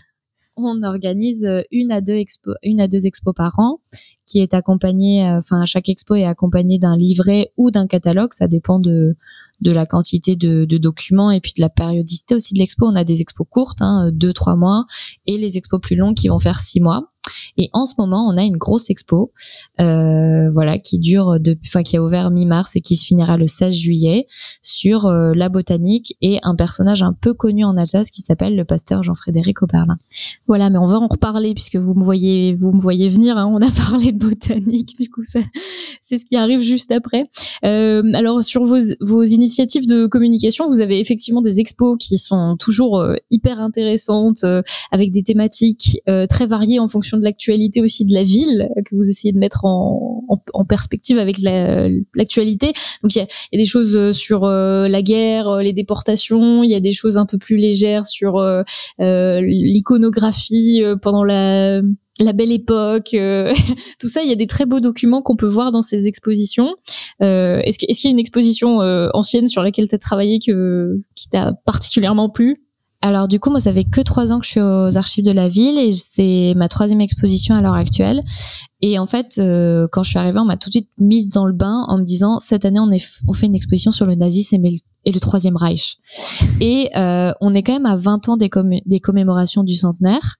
On organise une à deux expos, une à deux expos par an, qui est accompagnée, enfin chaque expo est accompagnée d'un livret ou d'un catalogue, ça dépend de de la quantité de, de documents et puis de la périodicité aussi de l'expo. On a des expos courtes, hein, deux trois mois, et les expos plus longues qui vont faire six mois. Et en ce moment, on a une grosse expo, euh, voilà, qui dure depuis, enfin qui a ouvert mi-mars et qui se finira le seize juillet sur euh, la botanique et un personnage un peu connu en Alsace qui s'appelle le pasteur Jean-Frédéric Oberlin. Voilà, mais on va en reparler puisque vous me voyez, vous me voyez venir. Hein, on a parlé de botanique, du coup, ça, c'est ce qui arrive juste après. Euh, alors sur vos vos initiatives de communication, vous avez effectivement des expos qui sont toujours euh, hyper intéressantes, euh, avec des thématiques euh, très variées en fonction de l'actualité aussi de la ville que vous essayez de mettre en, en, en perspective avec la, l'actualité. Donc il y a, il y a des choses sur euh, la guerre, les déportations, il y a des choses un peu plus légères sur euh, euh, l'iconographie euh, pendant la la belle époque, euh, tout ça, il y a des très beaux documents qu'on peut voir dans ces expositions. Euh, est-ce, que, est-ce qu'il y a une exposition euh, ancienne sur laquelle tu as travaillé que, qui t'a particulièrement plu? Alors du coup, moi, ça fait que trois ans que je suis aux archives de la ville et c'est ma troisième exposition à l'heure actuelle. Et en fait, euh, quand je suis arrivée, on m'a tout de suite mise dans le bain en me disant cette année, on, est, on fait une exposition sur le nazisme et le, et le Troisième Reich. Et euh, on est quand même à vingt ans des, comm- des commémorations du centenaire.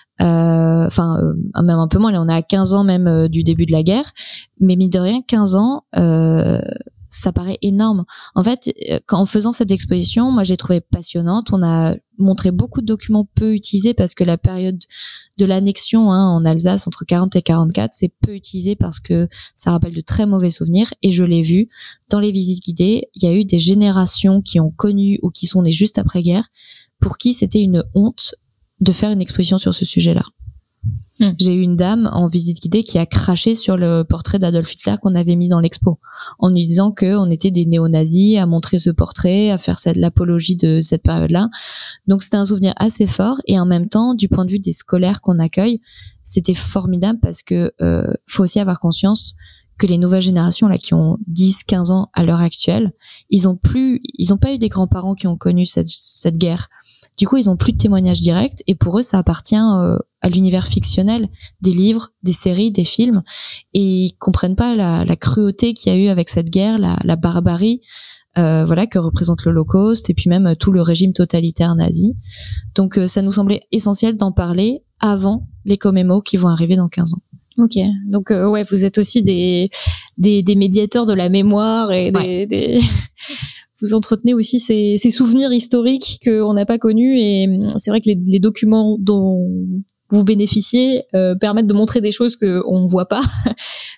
Enfin, euh, euh, même un peu moins. Là, on est à quinze ans même euh, du début de la guerre. Mais mine de rien, quinze ans... Euh, ça paraît énorme. En fait, en faisant cette exposition, moi, j'ai trouvé passionnante. On a montré beaucoup de documents peu utilisés parce que la période de l'annexion hein, en Alsace entre quarante et quarante-quatre, c'est peu utilisé parce que ça rappelle de très mauvais souvenirs. Et je l'ai vu dans les visites guidées, il y a eu des générations qui ont connu ou qui sont nées juste après-guerre pour qui c'était une honte de faire une exposition sur ce sujet-là. Mmh. J'ai eu une dame en visite guidée qui a craché sur le portrait d'Adolf Hitler qu'on avait mis dans l'expo, en lui disant qu'on était des néo-nazis, à montrer ce portrait, à faire cette, l'apologie de cette période-là. Donc c'était un souvenir assez fort et en même temps, du point de vue des scolaires qu'on accueille, c'était formidable parce que euh, faut aussi avoir conscience que les nouvelles générations là qui ont dix, quinze ans à l'heure actuelle, ils ont plus, ils ont pas eu des grands-parents qui ont connu cette, cette guerre. Du coup, ils ont plus de témoignages directs et pour eux, ça appartient euh, à l'univers fictionnel des livres, des séries, des films et ils comprennent pas la, la cruauté qu'il y a eu avec cette guerre, la, la barbarie, euh, voilà, que représente l'Holocauste et puis même tout le régime totalitaire nazi. Donc, euh, ça nous semblait essentiel d'en parler avant les commémos qui vont arriver dans quinze ans. Ok, donc euh, ouais, vous êtes aussi des des, des médiateurs de la mémoire et des, ouais. des... vous entretenez aussi ces, ces souvenirs historiques qu'on n'a pas connus et c'est vrai que les, les documents dont vous bénéficiez euh, permettent de montrer des choses qu'on ne voit pas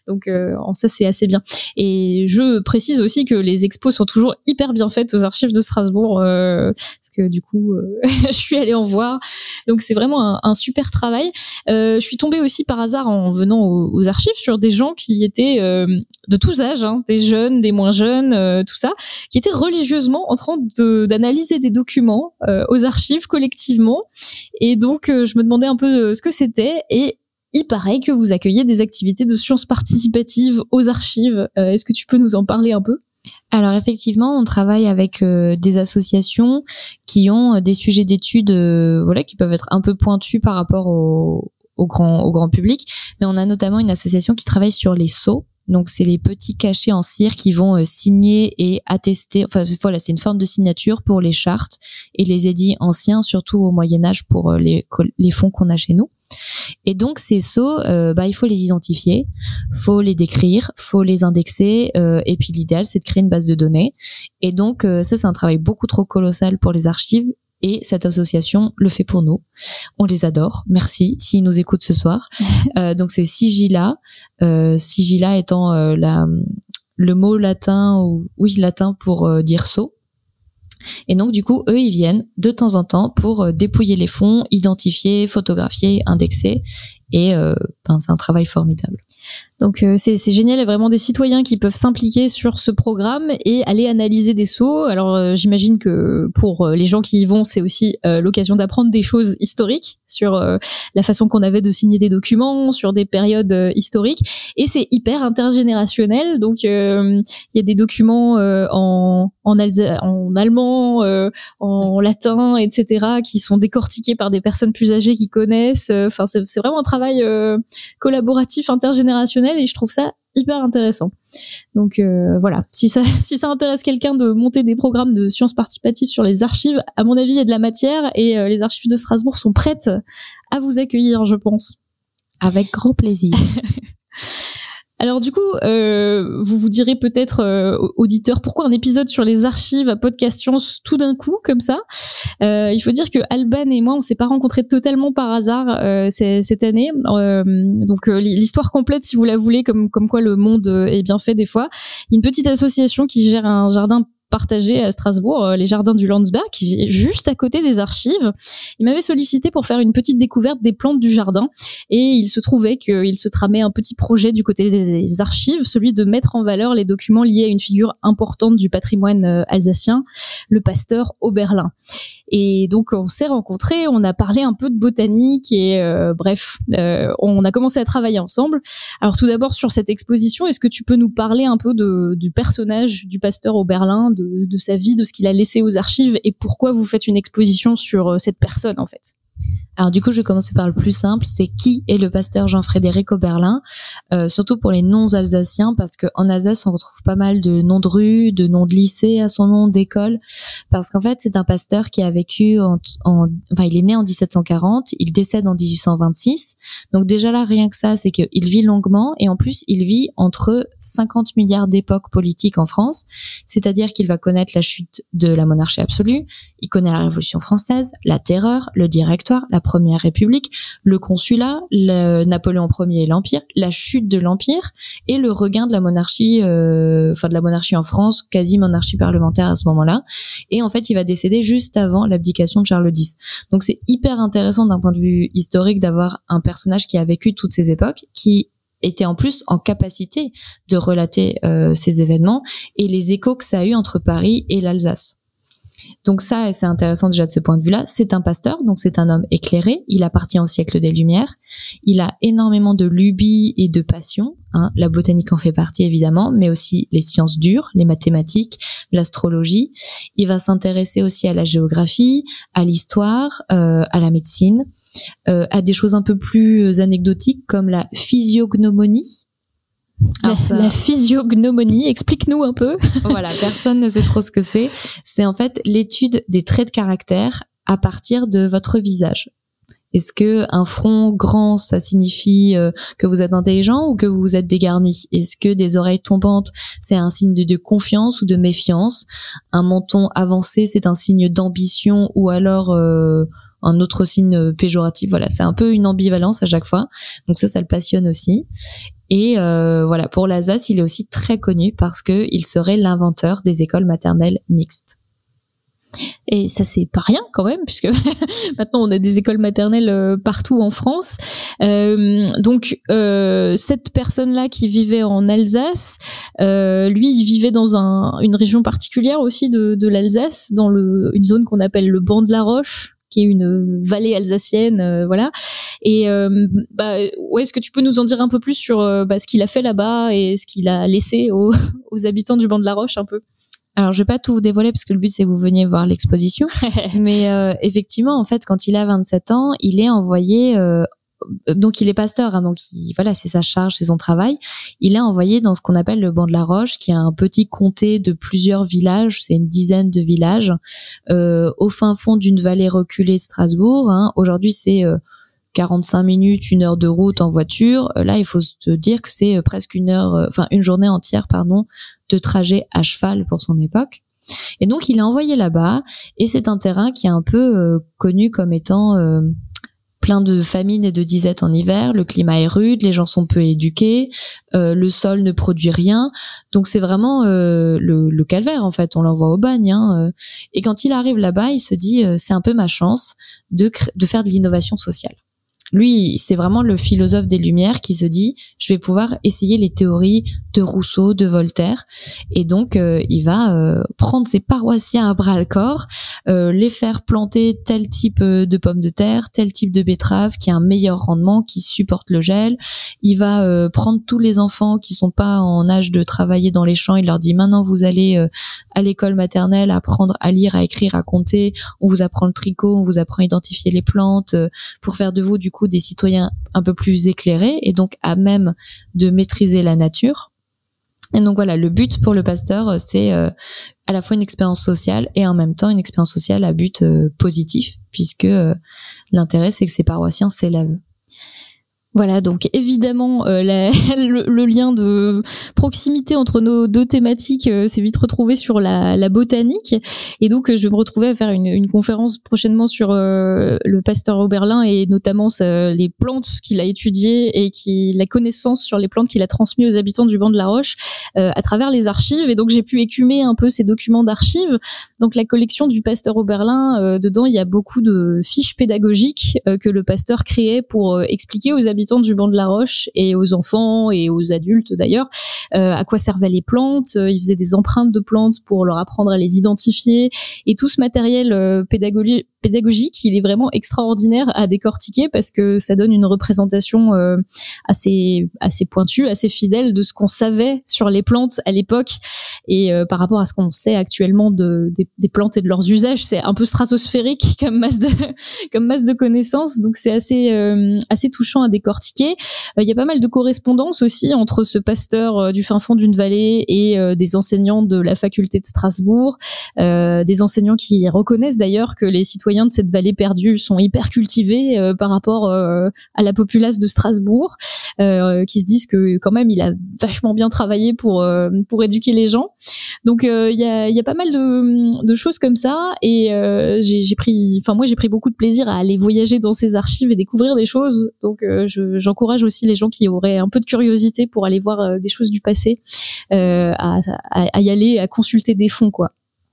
Donc euh, en ça c'est assez bien. Et je précise aussi que les expos sont toujours hyper bien faites aux archives de Strasbourg, euh, parce que du coup euh, je suis allée en voir. Donc c'est vraiment un, un super travail. Euh, je suis tombée aussi par hasard en venant aux, aux archives sur des gens qui étaient euh, de tous âges, hein, des jeunes, des moins jeunes, euh, tout ça, qui étaient religieusement en train de, d'analyser des documents euh, aux archives collectivement. Et donc euh, je me demandais un peu ce que c'était, et il paraît que vous accueillez des activités de sciences participatives aux archives. Euh, est-ce que tu peux nous en parler un peu ? Alors effectivement, on travaille avec euh, des associations qui ont euh, des sujets d'études, euh, voilà, qui peuvent être un peu pointus par rapport au, au grand au grand public. Mais on a notamment une association qui travaille sur les sceaux. Donc c'est les petits cachets en cire qui vont euh, signer et attester. Enfin voilà, c'est une forme de signature pour les chartes et les édits anciens, surtout au Moyen Âge pour euh, les les fonds qu'on a chez nous. Et donc ces sceaux, euh, bah il faut les identifier, faut les décrire, faut les indexer, euh, et puis l'idéal c'est de créer une base de données. Et donc euh, ça c'est un travail beaucoup trop colossal pour les archives. Et cette association le fait pour nous. On les adore. Merci s'ils nous écoutent ce soir. euh, donc c'est Sigilla, euh, Sigilla étant euh, la, le mot latin ou oui latin pour euh, dire sceau. Et donc du coup eux ils viennent de temps en temps pour euh, dépouiller les fonds, identifier, photographier, indexer. Et euh, ben, c'est un travail formidable. Donc euh, c'est, c'est génial, il y a vraiment des citoyens qui peuvent s'impliquer sur ce programme et aller analyser des sceaux. Alors euh, j'imagine que pour euh, les gens qui y vont, c'est aussi euh, l'occasion d'apprendre des choses historiques sur euh, la façon qu'on avait de signer des documents, sur des périodes euh, historiques. Et c'est hyper intergénérationnel, donc euh, il y a des documents euh, en en, Alsa- en allemand, euh, en latin, et cetera, qui sont décortiqués par des personnes plus âgées qui connaissent. Enfin, c'est, c'est vraiment un travail euh, collaboratif, intergénérationnel, et je trouve ça hyper intéressant. Donc euh, voilà, si ça si ça intéresse quelqu'un de monter des programmes de sciences participatives sur les archives, à mon avis il y a de la matière, et euh, les archives de Strasbourg sont prêtes à vous accueillir, je pense. Avec grand plaisir. Alors du coup, euh, vous vous direz peut-être, euh, auditeurs, pourquoi un épisode sur les archives à Podcast Science tout d'un coup comme ça ? euh, Il faut dire que Alban et moi, on s'est pas rencontrés totalement par hasard euh, c- cette année. Euh, donc euh, l'histoire complète, si vous la voulez, comme comme quoi le monde est bien fait des fois. Il y a une petite association qui gère un jardin partagé à Strasbourg, les jardins du Landsberg, qui est juste à côté des archives. Il m'avait sollicité pour faire une petite découverte des plantes du jardin, et il se trouvait qu'il se tramait un petit projet du côté des archives, celui de mettre en valeur les documents liés à une figure importante du patrimoine alsacien, le pasteur Oberlin. Et donc on s'est rencontrés, on a parlé un peu de botanique, et euh, bref, euh, on a commencé à travailler ensemble. Alors tout d'abord sur cette exposition, est-ce que tu peux nous parler un peu de, du personnage du pasteur Oberlin, de, de sa vie, de ce qu'il a laissé aux archives, et pourquoi vous faites une exposition sur cette personne en fait ? Alors du coup, je vais commencer par le plus simple, c'est qui est le pasteur Jean-Frédéric Oberlin, euh, surtout pour les non-alsaciens, parce qu'en Alsace, on retrouve pas mal de noms de rues, de noms de lycées à son nom, d'écoles, parce qu'en fait, c'est un pasteur qui a vécu, en, en, enfin, il est né en dix-sept cent quarante, il décède en dix-huit cent vingt-six, donc déjà là, rien que ça, c'est qu'il vit longuement, et en plus, il vit entre cinquante milliards d'époques politiques en France, c'est-à-dire qu'il va connaître la chute de la monarchie absolue, il connaît la Révolution française, la Terreur, le Directoire, la Première République, le Consulat, le Napoléon Ier et l'Empire, la chute de l'Empire et le regain de la monarchie, euh, enfin de la monarchie en France, quasi monarchie parlementaire à ce moment-là. Et en fait, il va décéder juste avant l'abdication de Charles X. Donc c'est hyper intéressant d'un point de vue historique d'avoir un personnage qui a vécu toutes ces époques, qui était en plus en capacité de relater euh, ces événements et les échos que ça a eu entre Paris et l'Alsace. Donc ça, c'est intéressant déjà de ce point de vue-là. C'est un pasteur, donc c'est un homme éclairé. Il appartient au siècle des Lumières. Il a énormément de lubies et de passion. Hein. La botanique en fait partie évidemment, mais aussi les sciences dures, les mathématiques, l'astrologie. Il va s'intéresser aussi à la géographie, à l'histoire, euh, à la médecine, euh, à des choses un peu plus anecdotiques comme la physiognomonie. La, ça... la physiognomonie, explique-nous un peu. Voilà, personne ne sait trop ce que c'est. C'est en fait l'étude des traits de caractère à partir de votre visage. Est-ce que un front grand, ça signifie euh, que vous êtes intelligent ou que vous êtes dégarni? Est-ce que des oreilles tombantes, c'est un signe de, de confiance ou de méfiance? Un menton avancé, c'est un signe d'ambition ou alors euh, un autre signe péjoratif? Voilà, c'est un peu une ambivalence à chaque fois. Donc ça, ça le passionne aussi. Et euh, voilà, pour l'Alsace, il est aussi très connu parce que il serait l'inventeur des écoles maternelles mixtes. Et ça, c'est pas rien quand même, puisque maintenant on a des écoles maternelles euh, partout en France. Euh, donc euh, cette personne-là qui vivait en Alsace, euh, lui, il vivait dans un, une région particulière aussi de, de l'Alsace, dans le, une zone qu'on appelle le Banc de la Roche, qui est une vallée alsacienne, euh, voilà. Et euh, bah, ouais, est-ce que tu peux nous en dire un peu plus sur euh, bah, ce qu'il a fait là-bas et ce qu'il a laissé aux, aux habitants du Banc de la Roche un peu? Alors, je vais pas tout vous dévoiler parce que le but c'est que vous veniez voir l'exposition. Mais euh, effectivement, en fait, quand il a vingt-sept ans, il est envoyé. Euh, donc, il est pasteur, hein, donc il, voilà, c'est sa charge, c'est son travail. Il est envoyé dans ce qu'on appelle le Banc de la Roche, qui est un petit comté de plusieurs villages. C'est une dizaine de villages euh, au fin fond d'une vallée reculée de Strasbourg. Hein. Aujourd'hui, c'est euh, quarante-cinq minutes, une heure de route en voiture. Là, il faut se dire que c'est presque une heure, enfin une journée entière, pardon, de trajet à cheval pour son époque. Et donc, il est envoyé là-bas, et c'est un terrain qui est un peu euh, connu comme étant euh, plein de famine et de disette en hiver. Le climat est rude, les gens sont peu éduqués, euh, le sol ne produit rien. Donc, c'est vraiment euh, le, le calvaire, en fait. On l'envoie au bagne. Hein, euh. Et quand il arrive là-bas, il se dit euh, c'est un peu ma chance de, cr- de faire de l'innovation sociale. Lui, c'est vraiment le philosophe des Lumières qui se dit je vais pouvoir essayer les théories de Rousseau, de Voltaire, et donc euh, il va euh, prendre ses paroissiens à bras le corps, euh, les faire planter tel type de pommes de terre, tel type de betterave qui a un meilleur rendement, qui supporte le gel. Il va euh, prendre tous les enfants qui sont pas en âge de travailler dans les champs, il leur dit maintenant vous allez euh, à l'école maternelle apprendre à lire, à écrire, à compter, on vous apprend le tricot, on vous apprend à identifier les plantes euh, pour faire de vous du coup des citoyens un peu plus éclairés et donc à même de maîtriser la nature. Et donc voilà, le but pour le pasteur, c'est euh, à la fois une expérience sociale et en même temps une expérience sociale à but euh, positif, puisque euh, l'intérêt c'est que ses paroissiens s'élèvent. Voilà, donc évidemment euh, la, le, le lien de proximité entre nos deux thématiques euh, s'est vite retrouvé sur la, la botanique, et donc euh, je vais me retrouver à faire une, une conférence prochainement sur euh, le pasteur Oberlin et notamment euh, les plantes qu'il a étudiées et qui la connaissance sur les plantes qu'il a transmises aux habitants du Banc de la Roche euh, à travers les archives, et donc j'ai pu écumer un peu ces documents d'archives. Donc la collection du pasteur Oberlin, euh, dedans il y a beaucoup de fiches pédagogiques euh, que le pasteur créait pour euh, expliquer aux habitants du Banc de la Roche et aux enfants et aux adultes d'ailleurs euh, à quoi servaient les plantes. Il faisait des empreintes de plantes pour leur apprendre à les identifier, et tout ce matériel euh, pédagogique pédagogique, il est vraiment extraordinaire à décortiquer parce que ça donne une représentation euh, assez assez pointue, assez fidèle de ce qu'on savait sur les plantes à l'époque, et euh, par rapport à ce qu'on sait actuellement de, des, des plantes et de leurs usages, c'est un peu stratosphérique comme masse de comme masse de connaissances, donc c'est assez euh, assez touchant à décortiquer. Il euh, y a pas mal de correspondances aussi entre ce pasteur euh, du fin fond d'une vallée et euh, des enseignants de la faculté de Strasbourg, euh, des enseignants qui reconnaissent d'ailleurs que les citoyens de cette vallée perdue sont hyper cultivés euh, par rapport euh, à la populace de Strasbourg, euh, qui se disent que quand même il a vachement bien travaillé pour euh, pour éduquer les gens. Donc il euh, y a il y a pas mal de de choses comme ça, et euh, j'ai j'ai pris enfin moi j'ai pris beaucoup de plaisir à aller voyager dans ces archives et découvrir des choses. Donc euh, je, j'encourage aussi les gens qui auraient un peu de curiosité pour aller voir euh, des choses du passé euh, à, à à y aller, à consulter des fonds quoi.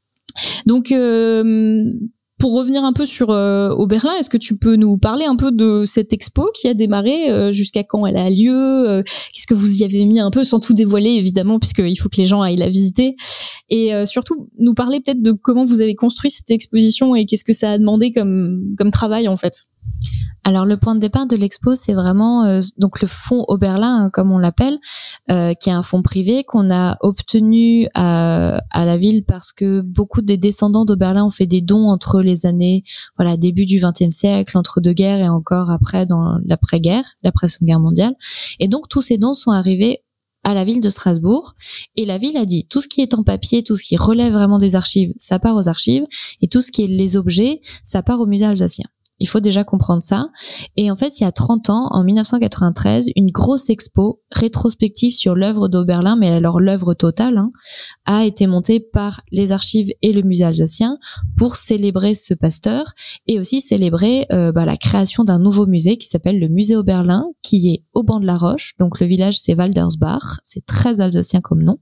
Donc euh, pour revenir un peu sur euh, Oberlin, est-ce que tu peux nous parler un peu de cette expo qui a démarré, euh, jusqu'à quand elle a lieu, euh, qu'est-ce que vous y avez mis un peu, sans tout dévoiler évidemment, puisqu'il faut que les gens aillent la visiter, et euh, surtout nous parler peut-être de comment vous avez construit cette exposition et qu'est-ce que ça a demandé comme comme travail en fait. Alors le point de départ de l'expo, c'est vraiment euh, donc le fonds Oberlin, hein, comme on l'appelle, euh, qui est un fonds privé qu'on a obtenu à, à la ville parce que beaucoup des descendants d'Oberlin ont fait des dons entre les années, voilà, début du vingtième siècle, entre deux guerres et encore après dans l'après-guerre, l'après-seconde guerre mondiale. Et donc tous ces dons sont arrivés à la ville de Strasbourg, et la ville a dit tout ce qui est en papier, tout ce qui relève vraiment des archives, ça part aux archives, et tout ce qui est les objets, ça part au musée alsacien. Il faut déjà comprendre ça. Et en fait, il y a trente ans, en dix-neuf cent quatre-vingt-treize, une grosse expo rétrospective sur l'œuvre d'Oberlin, mais alors l'œuvre totale, hein, a été montée par les archives et le musée alsacien pour célébrer ce pasteur et aussi célébrer euh, bah, la création d'un nouveau musée qui s'appelle le musée Oberlin, qui est au banc de la Roche. Donc le village, c'est Waldersbach. C'est très alsacien comme nom.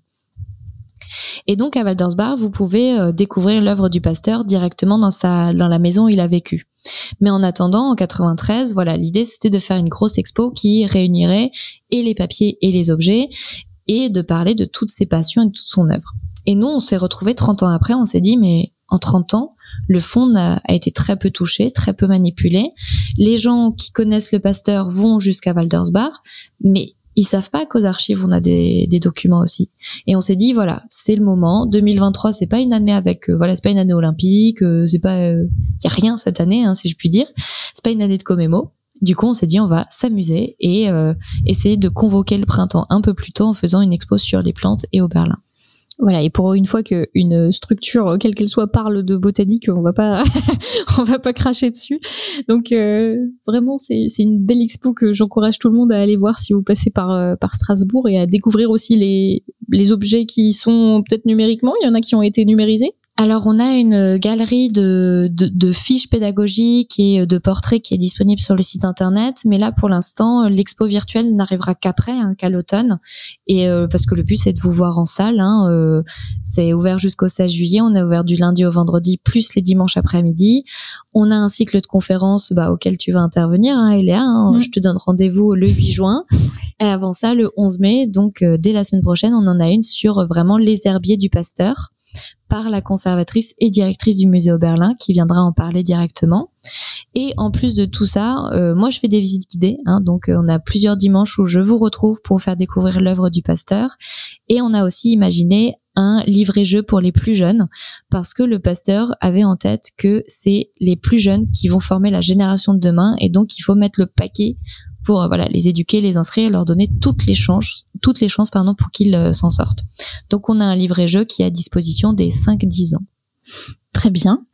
Et donc à Waldersbach, vous pouvez euh, découvrir l'œuvre du pasteur directement dans sa dans la maison où il a vécu. Mais en attendant, en quatre-vingt-treize, voilà, l'idée c'était de faire une grosse expo qui réunirait et les papiers et les objets et de parler de toutes ses passions et de toute son œuvre. Et nous, on s'est retrouvés trente ans après, on s'est dit, mais en trente ans, le fond a, a été très peu touché, très peu manipulé. Les gens qui connaissent le pasteur vont jusqu'à Waldersbach, mais ils savent pas qu'aux archives on a des, des documents aussi. Et on s'est dit voilà, c'est le moment. deux mille vingt-trois, c'est pas une année avec euh, voilà, c'est pas une année olympique, euh, c'est pas, il euh, y a rien cette année, hein, si je puis dire. C'est pas une année de commémo. Du coup, on s'est dit on va s'amuser et euh, essayer de convoquer le printemps un peu plus tôt en faisant une expo sur les plantes et Oberlin. Voilà, et pour une fois qu'une structure, quelle qu'elle soit, parle de botanique, on va pas, on va pas cracher dessus. Donc euh, vraiment, c'est, c'est une belle expo que j'encourage tout le monde à aller voir si vous passez par euh, par Strasbourg et à découvrir aussi les les objets qui sont peut-être numériquement. Il y en a qui ont été numérisés. Alors, on a une galerie de, de, de fiches pédagogiques et de portraits qui est disponible sur le site internet. Mais là, pour l'instant, l'expo virtuelle n'arrivera qu'après, hein, qu'à l'automne. Et euh, parce que le but, c'est de vous voir en salle. Hein, euh, c'est ouvert jusqu'au seize juillet. On est ouvert du lundi au vendredi, plus les dimanches après-midi. On a un cycle de conférences bah, auquel tu vas intervenir, hein, Eléa. Hein, mmh. Je te donne rendez-vous le huit juin. Et avant ça, le onze mai. Donc, euh, dès la semaine prochaine, on en a une sur euh, vraiment les herbiers du pasteur, par la conservatrice et directrice du musée Oberlin qui viendra en parler directement. Et en plus de tout ça, euh, moi je fais des visites guidées, hein, donc euh, on a plusieurs dimanches où je vous retrouve pour faire découvrir l'œuvre du pasteur. Et on a aussi imaginé un livret-jeu pour les plus jeunes, parce que le pasteur avait en tête que c'est les plus jeunes qui vont former la génération de demain, et donc il faut mettre le paquet pour euh, voilà, les éduquer, les inscrire, leur donner toutes les chances, toutes les chances pardon, pour qu'ils euh, s'en sortent. Donc on a un livret-jeu qui est à disposition des cinq dix ans. Très bien.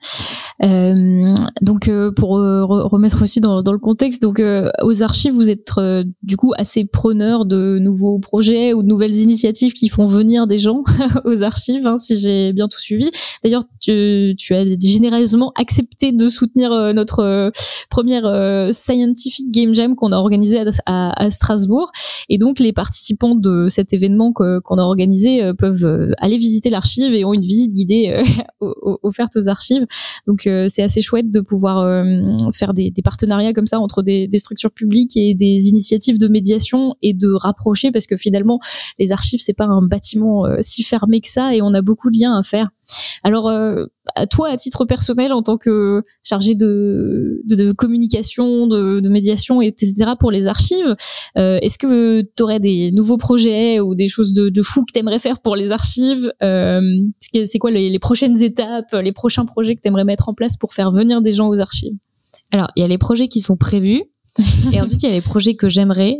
Euh, donc euh, pour euh, remettre aussi dans, dans le contexte, donc euh, aux archives, vous êtes euh, du coup assez preneur de nouveaux projets ou de nouvelles initiatives qui font venir des gens aux archives, hein, si j'ai bien tout suivi. D'ailleurs, tu, tu as généreusement accepté de soutenir euh, notre euh, première euh, Scientific Game Jam qu'on a organisée à, à, à Strasbourg. Et donc les participants de cet événement que, qu'on a organisé euh, peuvent euh, aller visiter l'archive et ont une visite guidée euh, offerte aux archives. Donc euh, c'est assez chouette de pouvoir euh, faire des, des partenariats comme ça entre des, des structures publiques et des initiatives de médiation et de rapprocher, parce que finalement les archives c'est pas un bâtiment euh, si fermé que ça et on a beaucoup de liens à faire. Alors euh, à toi à titre personnel en tant que chargé de, de, de communication, de, de médiation et cetera pour les archives, euh, est-ce que tu aurais des nouveaux projets ou des choses de, de fou que t'aimerais faire pour les archives? euh, c'est quoi les, les prochaines étapes, les prochains projets que t'aimerais mettre en place pour faire venir des gens aux archives? Alors il y a les projets qui sont prévus. Et ensuite, il y a les projets que j'aimerais.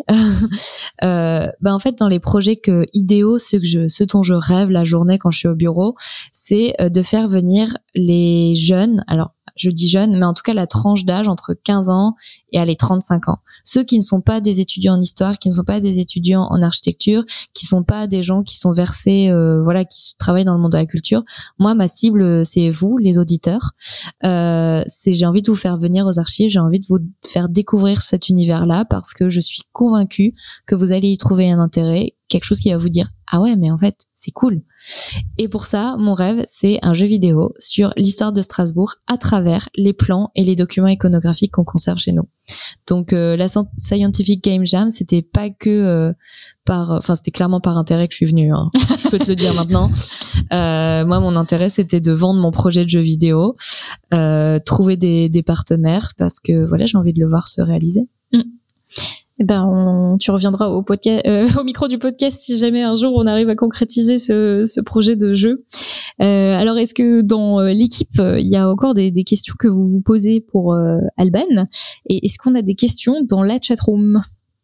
euh, ben en fait, dans les projets que idéaux, ceux que je, ceux dont je rêve la journée quand je suis au bureau, c'est de faire venir les jeunes. Alors, je dis jeunes, mais en tout cas la tranche d'âge entre quinze ans et allez trente-cinq ans. Ceux qui ne sont pas des étudiants en histoire, qui ne sont pas des étudiants en architecture, qui sont pas des gens qui sont versés, euh, voilà, qui travaillent dans le monde de la culture. Moi, ma cible, c'est vous, les auditeurs. Euh, c'est j'ai envie de vous faire venir aux archives, j'ai envie de vous faire découvrir cet univers-là parce que je suis convaincue que vous allez y trouver un intérêt, quelque chose qui va vous dire ah ouais, mais en fait c'est cool. Et pour ça, mon rêve, c'est un jeu vidéo sur l'histoire de Strasbourg à travers les plans et les documents iconographiques qu'on conserve chez nous. Donc euh, la Scientific Game Jam, c'était pas que euh, par, enfin c'était clairement par intérêt que je suis venue. Hein. Je peux te le dire maintenant. Euh, moi, mon intérêt, c'était de vendre mon projet de jeu vidéo, euh, trouver des, des partenaires parce que voilà, j'ai envie de le voir se réaliser. Mmh. Eh ben, on, tu reviendras au podcast, euh, au micro du podcast si jamais un jour on arrive à concrétiser ce, ce projet de jeu. Euh, alors, est-ce que dans l'équipe, il y a encore des, des questions que vous vous posez pour euh, Alban? Et est-ce qu'on a des questions dans la chatroom?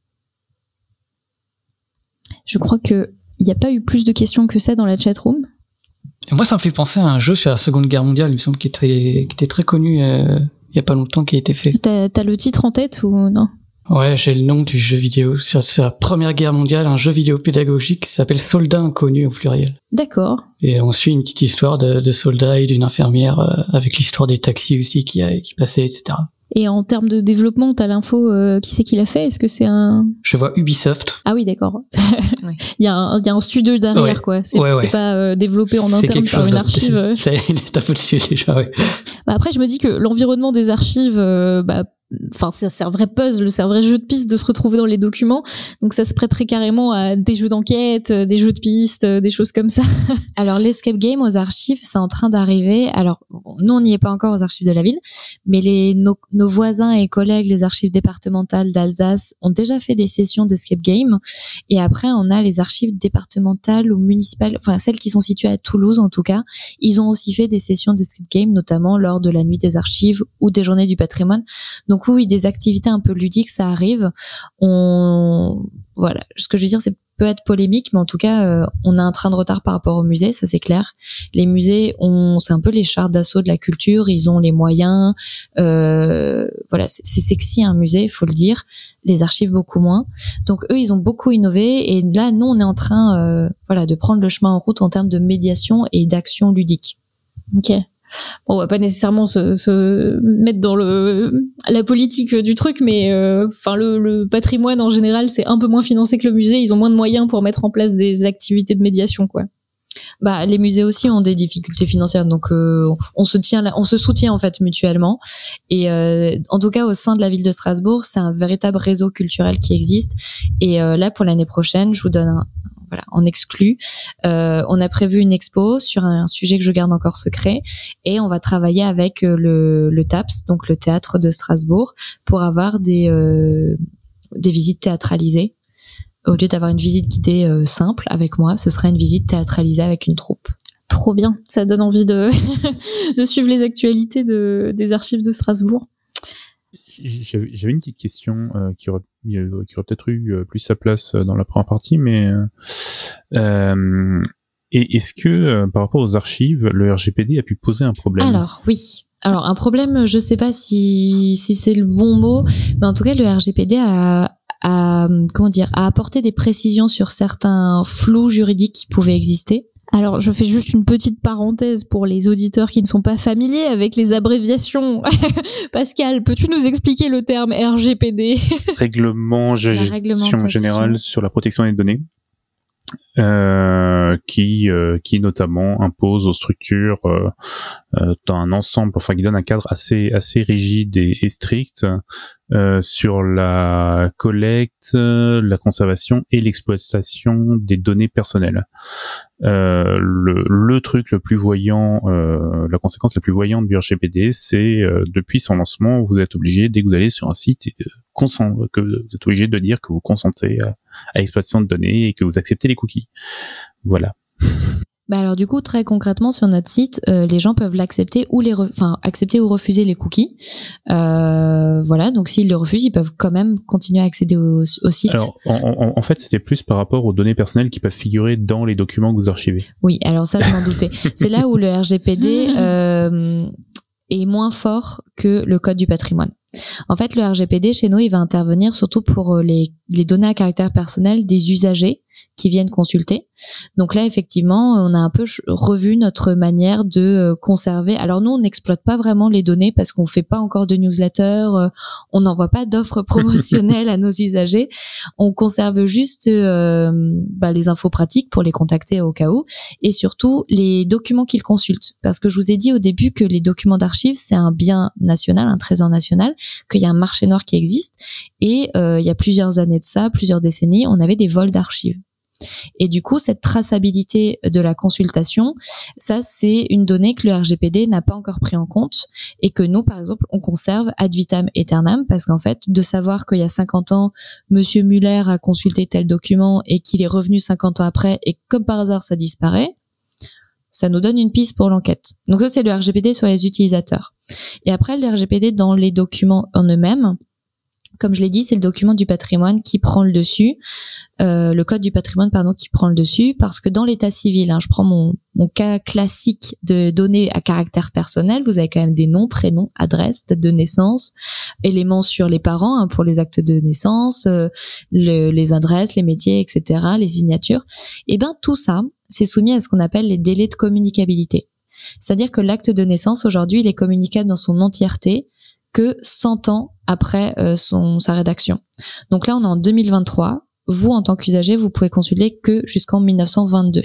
Je crois que il n'y a pas eu plus de questions que ça dans la chatroom. Et moi, ça me fait penser à un jeu sur la Seconde Guerre mondiale, il me semble, qui était, qui était très connu. Euh... il y a pas longtemps qui a été fait. T'as, t'as le titre en tête ou non? Ouais, j'ai le nom du jeu vidéo. Sur, sur la Première Guerre mondiale, un jeu vidéo pédagogique qui s'appelle Soldats inconnus au pluriel. D'accord. Et on suit une petite histoire de, de soldats et d'une infirmière euh, avec l'histoire des taxis aussi qui, a, qui passaient, et cetera. Et en termes de développement, t'as l'info, euh, qui c'est qui l'a fait? Est-ce que c'est un... Je vois Ubisoft. Ah oui, d'accord. Ouais. Il y a un, il y a un studio derrière, Ouais. quoi. C'est, Ouais, ouais. c'est pas euh, développé en C'est interne quelque par chose une de- archive. C'est une étape au-dessus déjà, ouais. Bah après, je me dis que l'environnement des archives, euh, bah, enfin, c'est, c'est un vrai puzzle, c'est un vrai jeu de piste de se retrouver dans les documents. Donc ça se prêterait carrément à des jeux d'enquête, euh, des jeux de piste, euh, des choses comme ça. Alors l'escape game aux archives, c'est en train d'arriver. Alors bon, nous on n'y est pas encore aux archives de la ville, mais les nos, nos voisins et collègues, les archives départementales d'Alsace, ont déjà fait des sessions d'escape game. Et après on a les archives départementales ou municipales, enfin celles qui sont situées à Toulouse en tout cas. Ils ont aussi fait des sessions d'escape game, notamment lors de la nuit des archives ou des journées du patrimoine. Donc oui, des activités un peu ludiques, ça arrive. On voilà, ce que je veux dire, c'est peut être polémique, mais en tout cas, euh, on a un train de retard par rapport aux musées, ça c'est clair. Les musées, ont, c'est un peu les chars d'assaut de la culture, ils ont les moyens. Euh, voilà, c'est, c'est sexy un musée, faut le dire. Les archives beaucoup moins. Donc eux, ils ont beaucoup innové, et là, nous, on est en train, euh, voilà, de prendre le chemin en route en termes de médiation et d'action ludique. Ok. Bon, on va pas nécessairement se, se mettre dans le la politique du truc, mais enfin euh, le, le patrimoine en général, c'est un peu moins financé que le musée. Ils ont moins de moyens pour mettre en place des activités de médiation, quoi. Bah, les musées aussi ont des difficultés financières, donc euh, on se tient, on se soutient en fait mutuellement. Et euh, en tout cas, au sein de la ville de Strasbourg, c'est un véritable réseau culturel qui existe. Et euh, là, pour l'année prochaine, je vous donne un, voilà, en exclu. Euh, on a prévu une expo sur un sujet que je garde encore secret, et on va travailler avec le, le T A P S, donc le théâtre de Strasbourg, pour avoir des euh, des visites théâtralisées. Au lieu d'avoir une visite guidée euh, simple avec moi, ce sera une visite théâtralisée avec une troupe. Trop bien, ça donne envie de de suivre les actualités de des archives de Strasbourg. J'avais, j'avais une petite question euh, qui, aurait, qui aurait peut-être eu plus sa place dans la première partie, mais euh, et est-ce que euh, par rapport aux archives, le R G P D a pu poser un problème? Alors oui. Alors un problème, je sais pas si si c'est le bon mot, mais en tout cas le R G P D a a comment dire a apporté des précisions sur certains flous juridiques qui pouvaient exister. Alors, je fais juste une petite parenthèse pour les auditeurs qui ne sont pas familiers avec les abréviations. Pascal, peux-tu nous expliquer le terme R G P D? Règlement gestion générale sur la protection des données. Euh, qui euh, qui notamment impose aux structures euh, euh, un ensemble, enfin qui donne un cadre assez assez rigide et, et strict euh, sur la collecte, la conservation et l'exploitation des données personnelles. Euh, le, le truc le plus voyant, euh, la conséquence la plus voyante du R G P D, c'est euh, depuis son lancement, vous êtes obligé, dès que vous allez sur un site, de consent, que vous êtes obligé de dire que vous consentez à, à l'exploitation de données et que vous acceptez les cookies. Voilà. Bah alors du coup, très concrètement sur notre site, euh, les gens peuvent l'accepter ou les, re- enfin accepter ou refuser les cookies. Euh, voilà, donc s'ils le refusent, ils peuvent quand même continuer à accéder au, au site. Alors en, en, en fait, c'était plus par rapport aux données personnelles qui peuvent figurer dans les documents que vous archivez. Oui, alors ça je m'en doutais. C'est là où le R G P D euh, est moins fort que le code du patrimoine. En fait, le R G P D chez nous, il va intervenir surtout pour les, les données à caractère personnel des usagers qui viennent consulter. Donc là, effectivement, on a un peu revu notre manière de conserver. Alors nous, on n'exploite pas vraiment les données parce qu'on fait pas encore de newsletter, on n'envoie pas d'offres promotionnelles à nos usagers. On conserve juste euh, bah, les infos pratiques pour les contacter au cas où, et surtout les documents qu'ils consultent. Parce que je vous ai dit au début que les documents d'archives, c'est un bien national, un trésor national, qu'il y a un marché noir qui existe. Et euh, il y a plusieurs années de ça, plusieurs décennies, on avait des vols d'archives. Et du coup, cette traçabilité de la consultation, ça, c'est une donnée que le R G P D n'a pas encore pris en compte et que nous, par exemple, on conserve ad vitam aeternam parce qu'en fait, de savoir qu'il y a cinquante ans, Monsieur Muller a consulté tel document et qu'il est revenu cinquante ans après et comme par hasard, ça disparaît, ça nous donne une piste pour l'enquête. Donc ça, c'est le R G P D sur les utilisateurs. Et après, le R G P D dans les documents en eux-mêmes, Comme je l'ai dit, c'est le document du patrimoine qui prend le dessus, euh, le code du patrimoine, pardon, qui prend le dessus, parce que dans l'état civil, hein, je prends mon, mon cas classique de données à caractère personnel, vous avez quand même des noms, prénoms, adresses, date de naissance, éléments sur les parents hein, pour les actes de naissance, euh, le, les adresses, les métiers, et cetera, les signatures. Et ben tout ça, c'est soumis à ce qu'on appelle les délais de communicabilité. C'est-à-dire que l'acte de naissance, aujourd'hui, il est communicable dans son entièreté que cent ans après euh, son sa rédaction. Donc là, on est en deux mille vingt-trois. Vous, en tant qu'usager, vous pouvez consulter que jusqu'en mille neuf cent vingt-deux.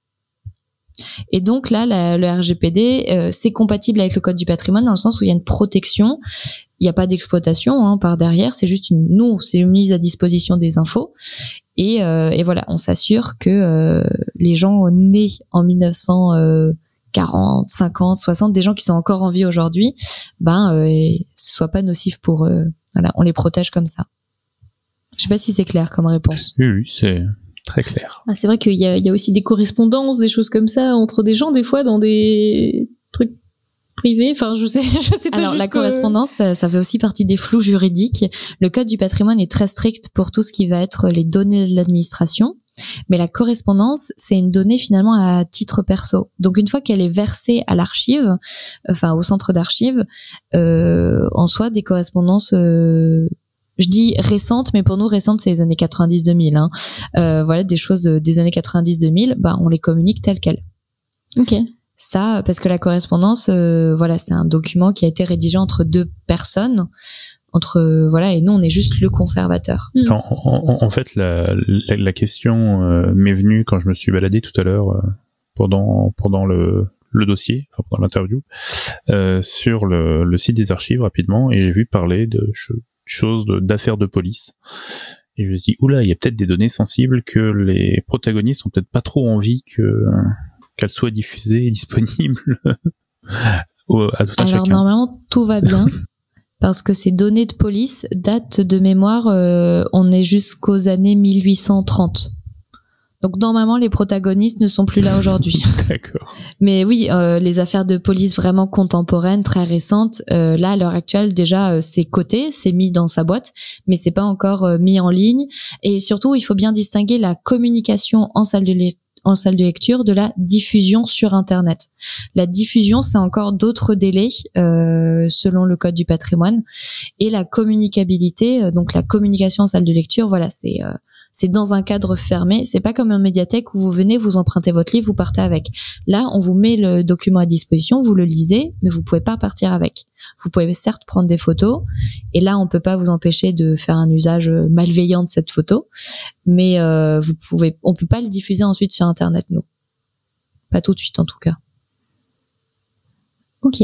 Et donc là, la, le R G P D, euh, c'est compatible avec le Code du patrimoine dans le sens où il y a une protection. Il n'y a pas d'exploitation hein, par derrière. C'est juste une, nous, c'est une mise à disposition des infos. Et, euh, et voilà, on s'assure que euh, les gens nés en mille neuf cent quarante, cinquante, soixante, des gens qui sont encore en vie aujourd'hui, ben, euh, ce soit pas nocif pour eux. Voilà, on les protège comme ça. Je sais pas si c'est clair comme réponse. Oui, oui, c'est très clair. Ah, c'est vrai qu'il y a, il y a aussi des correspondances, des choses comme ça entre des gens, des fois, dans des trucs privés. Enfin, je sais, je sais pas. Alors, la correspondance, ça, ça fait aussi partie des flous juridiques. Le Code du patrimoine est très strict pour tout ce qui va être les données de l'administration. Mais la correspondance, c'est une donnée finalement à titre perso. Donc une fois qu'elle est versée à l'archive, enfin au centre d'archives, euh, en soi des correspondances, euh, je dis récentes, mais pour nous récentes c'est les années quatre-vingt-dix deux mille. Hein. Euh, voilà des choses des années quatre-vingt-dix deux mille, bah on les communique telles quelles. Ok. Ça, parce que la correspondance, euh, voilà, c'est un document qui a été rédigé entre deux personnes. Entre voilà et nous on est juste le conservateur. En, en, en fait la, la, la question euh, m'est venue quand je me suis baladé tout à l'heure euh, pendant pendant le, le dossier, enfin pendant l'interview euh, sur le, le site des archives rapidement et j'ai vu parler de ch- choses de, d'affaires de police et je me suis dit oula il y a peut-être des données sensibles que les protagonistes ont peut-être pas trop envie que qu'elles soient diffusées et disponibles au, à tout un Alors, chacun. Alors normalement tout va bien. Parce que ces données de police datent de mémoire, euh, on est jusqu'aux années mille huit cent trente. Donc normalement les protagonistes ne sont plus là aujourd'hui. D'accord. Mais oui, euh, les affaires de police vraiment contemporaines, très récentes, euh, là à l'heure actuelle déjà euh, c'est coté, c'est mis dans sa boîte, mais c'est pas encore euh, mis en ligne. Et surtout il faut bien distinguer la communication en salle de lecture en salle de lecture de la diffusion sur Internet. La diffusion, c'est encore d'autres délais euh, selon le Code du patrimoine. Et la communicabilité, euh, donc la communication en salle de lecture, voilà, c'est euh, c'est dans un cadre fermé. C'est pas comme un médiathèque où vous venez, vous empruntez votre livre, vous partez avec. Là, on vous met le document à disposition, vous le lisez, mais vous pouvez pas partir avec. Vous pouvez certes prendre des photos, et là, on peut pas vous empêcher de faire un usage malveillant de cette photo, mais euh, vous pouvez, on peut pas le diffuser ensuite sur Internet, nous. Pas tout de suite, en tout cas. Ok.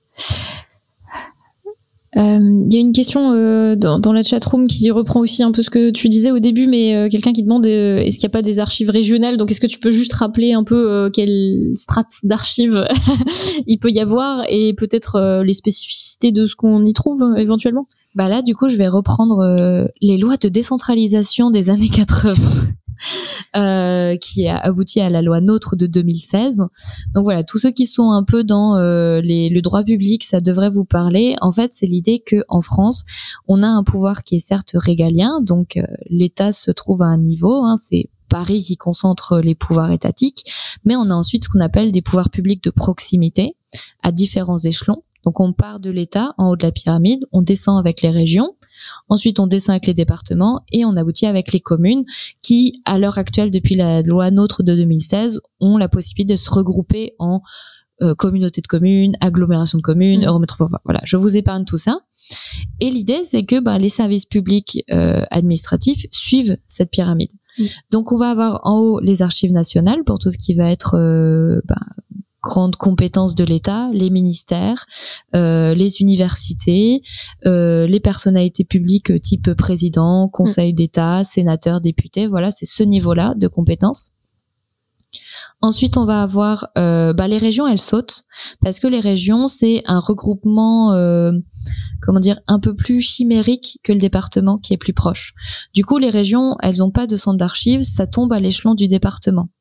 Il euh, y a une question euh, dans, dans la chatroom qui reprend aussi un peu ce que tu disais au début, mais euh, quelqu'un qui demande euh, est-ce qu'il n'y a pas des archives régionales? Donc est-ce que tu peux juste rappeler un peu euh, quelle strate d'archives il peut y avoir et peut-être euh, les spécificités de ce qu'on y trouve euh, éventuellement? Bah là, du coup, je vais reprendre euh, les lois de décentralisation des années quatre-vingts. Euh, qui a abouti à la loi NOTRe de deux mille seize. Donc voilà, tous ceux qui sont un peu dans euh, les, le droit public, ça devrait vous parler. En fait, c'est l'idée que en France, on a un pouvoir qui est certes régalien, donc euh, l'État se trouve à un niveau, hein, c'est Paris qui concentre les pouvoirs étatiques, mais on a ensuite ce qu'on appelle des pouvoirs publics de proximité à différents échelons. Donc on part de l'État en haut de la pyramide, on descend avec les régions, ensuite on descend avec les départements et on aboutit avec les communes qui, à l'heure actuelle, depuis la loi NOTRe de deux mille seize, ont la possibilité de se regrouper en euh, communauté de communes, agglomération de communes, mmh. Eurométropole. Voilà, je vous épargne tout ça. Et l'idée, c'est que bah, les services publics euh, administratifs suivent cette pyramide. Mmh. Donc on va avoir en haut les archives nationales pour tout ce qui va être euh, bah, grandes compétences de l'État, les ministères, euh, les universités, euh, les personnalités publiques type président, conseil d'État, sénateur, député. Voilà, c'est ce niveau-là de compétences. Ensuite, on va avoir euh, bah, les régions, elles sautent parce que les régions, c'est un regroupement, euh, comment dire, un peu plus chimérique que le département qui est plus proche. Du coup, les régions, elles n'ont pas de centre d'archives, ça tombe à l'échelon du département.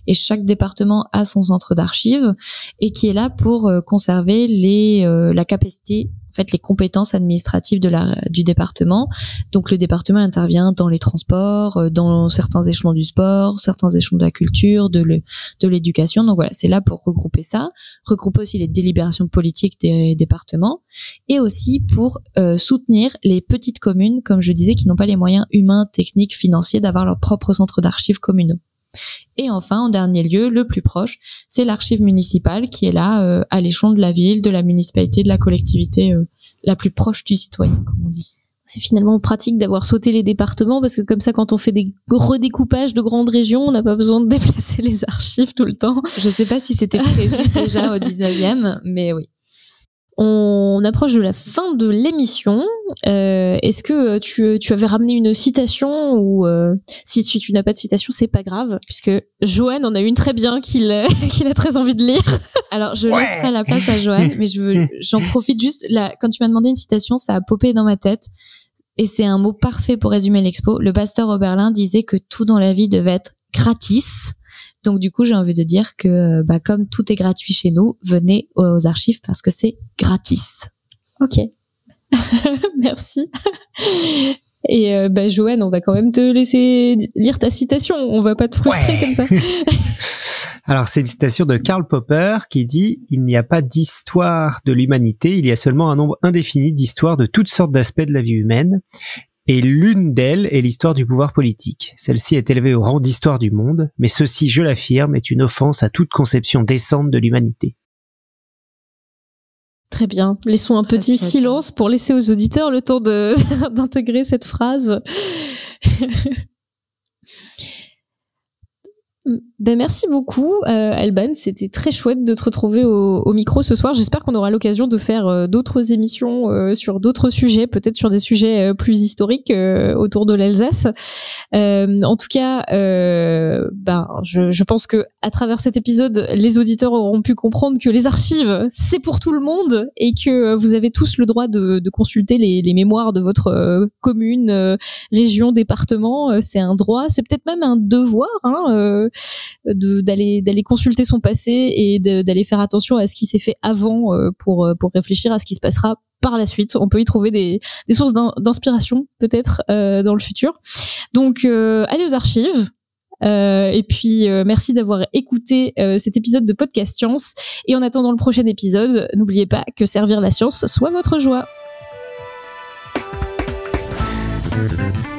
et chaque département a son centre d'archives et qui est là pour euh, conserver les euh, la capacité, en fait les compétences administratives de la du département. Donc le département intervient dans les transports, euh, dans certains échelons du sport, certains échelons de la culture, de le, de l'éducation. Donc voilà, c'est là pour regrouper ça, regrouper aussi les délibérations politiques des départements et aussi pour euh, soutenir les petites communes, comme je disais, qui n'ont pas les moyens humains, techniques, financiers d'avoir leur propre centre d'archives communaux. Et enfin, en dernier lieu, le plus proche, c'est l'archive municipale qui est là euh, à l'échelon de la ville, de la municipalité, de la collectivité euh, la plus proche du citoyen, comme on dit. C'est finalement pratique d'avoir sauté les départements parce que comme ça, quand on fait des redécoupages de grandes régions, on n'a pas besoin de déplacer les archives tout le temps. Je sais pas si c'était prévu déjà au dix-neuvième, mais oui. On approche de la fin de l'émission. Euh, est-ce que tu, tu avais ramené une citation ou euh, si, si tu n'as pas de citation, c'est pas grave puisque Joanne en a une très bien qu'il, qu'il a très envie de lire. Alors je ouais. laisserai la place à Joanne, mais je veux, j'en profite juste. Là, quand tu m'as demandé une citation, ça a popé dans ma tête et c'est un mot parfait pour résumer l'expo. Le pasteur Oberlin disait que tout dans la vie devait être gratis. Donc du coup, j'ai envie de dire que bah, comme tout est gratuit chez nous, venez aux archives parce que c'est gratis. Ok. Merci. Et euh, bah, Joanne, on va quand même te laisser lire ta citation. On va pas te frustrer ouais. comme ça. Alors, c'est une citation de Karl Popper qui dit « Il n'y a pas d'histoire de l'humanité, il y a seulement un nombre indéfini d'histoires de toutes sortes d'aspects de la vie humaine. » Et l'une d'elles est l'histoire du pouvoir politique. Celle-ci est élevée au rang d'histoire du monde, mais ceci, je l'affirme, est une offense à toute conception décente de l'humanité. Très bien. Laissons un très petit très silence bien. Pour laisser aux auditeurs le temps de, d'intégrer cette phrase. Ben merci beaucoup euh, Alban, c'était très chouette de te retrouver au, au micro ce soir. J'espère qu'on aura l'occasion de faire euh, d'autres émissions euh, sur d'autres sujets, peut-être sur des sujets euh, plus historiques euh, autour de l'Alsace. Euh, en tout cas, euh, ben je, je pense que à travers cet épisode, les auditeurs auront pu comprendre que les archives c'est pour tout le monde et que vous avez tous le droit de, de consulter les, les mémoires de votre euh, commune, euh, région, département. Euh, c'est un droit, c'est peut-être même un devoir. Hein, euh, De, d'aller d'aller consulter son passé et de, d'aller faire attention à ce qui s'est fait avant euh, pour pour réfléchir à ce qui se passera par la suite. On peut y trouver des des sources d'inspiration peut-être euh, dans le futur. Donc euh, allez aux archives. Euh, et puis euh, merci d'avoir écouté euh, cet épisode de Podcast Science. Et en attendant le prochain épisode, n'oubliez pas que servir la science soit votre joie.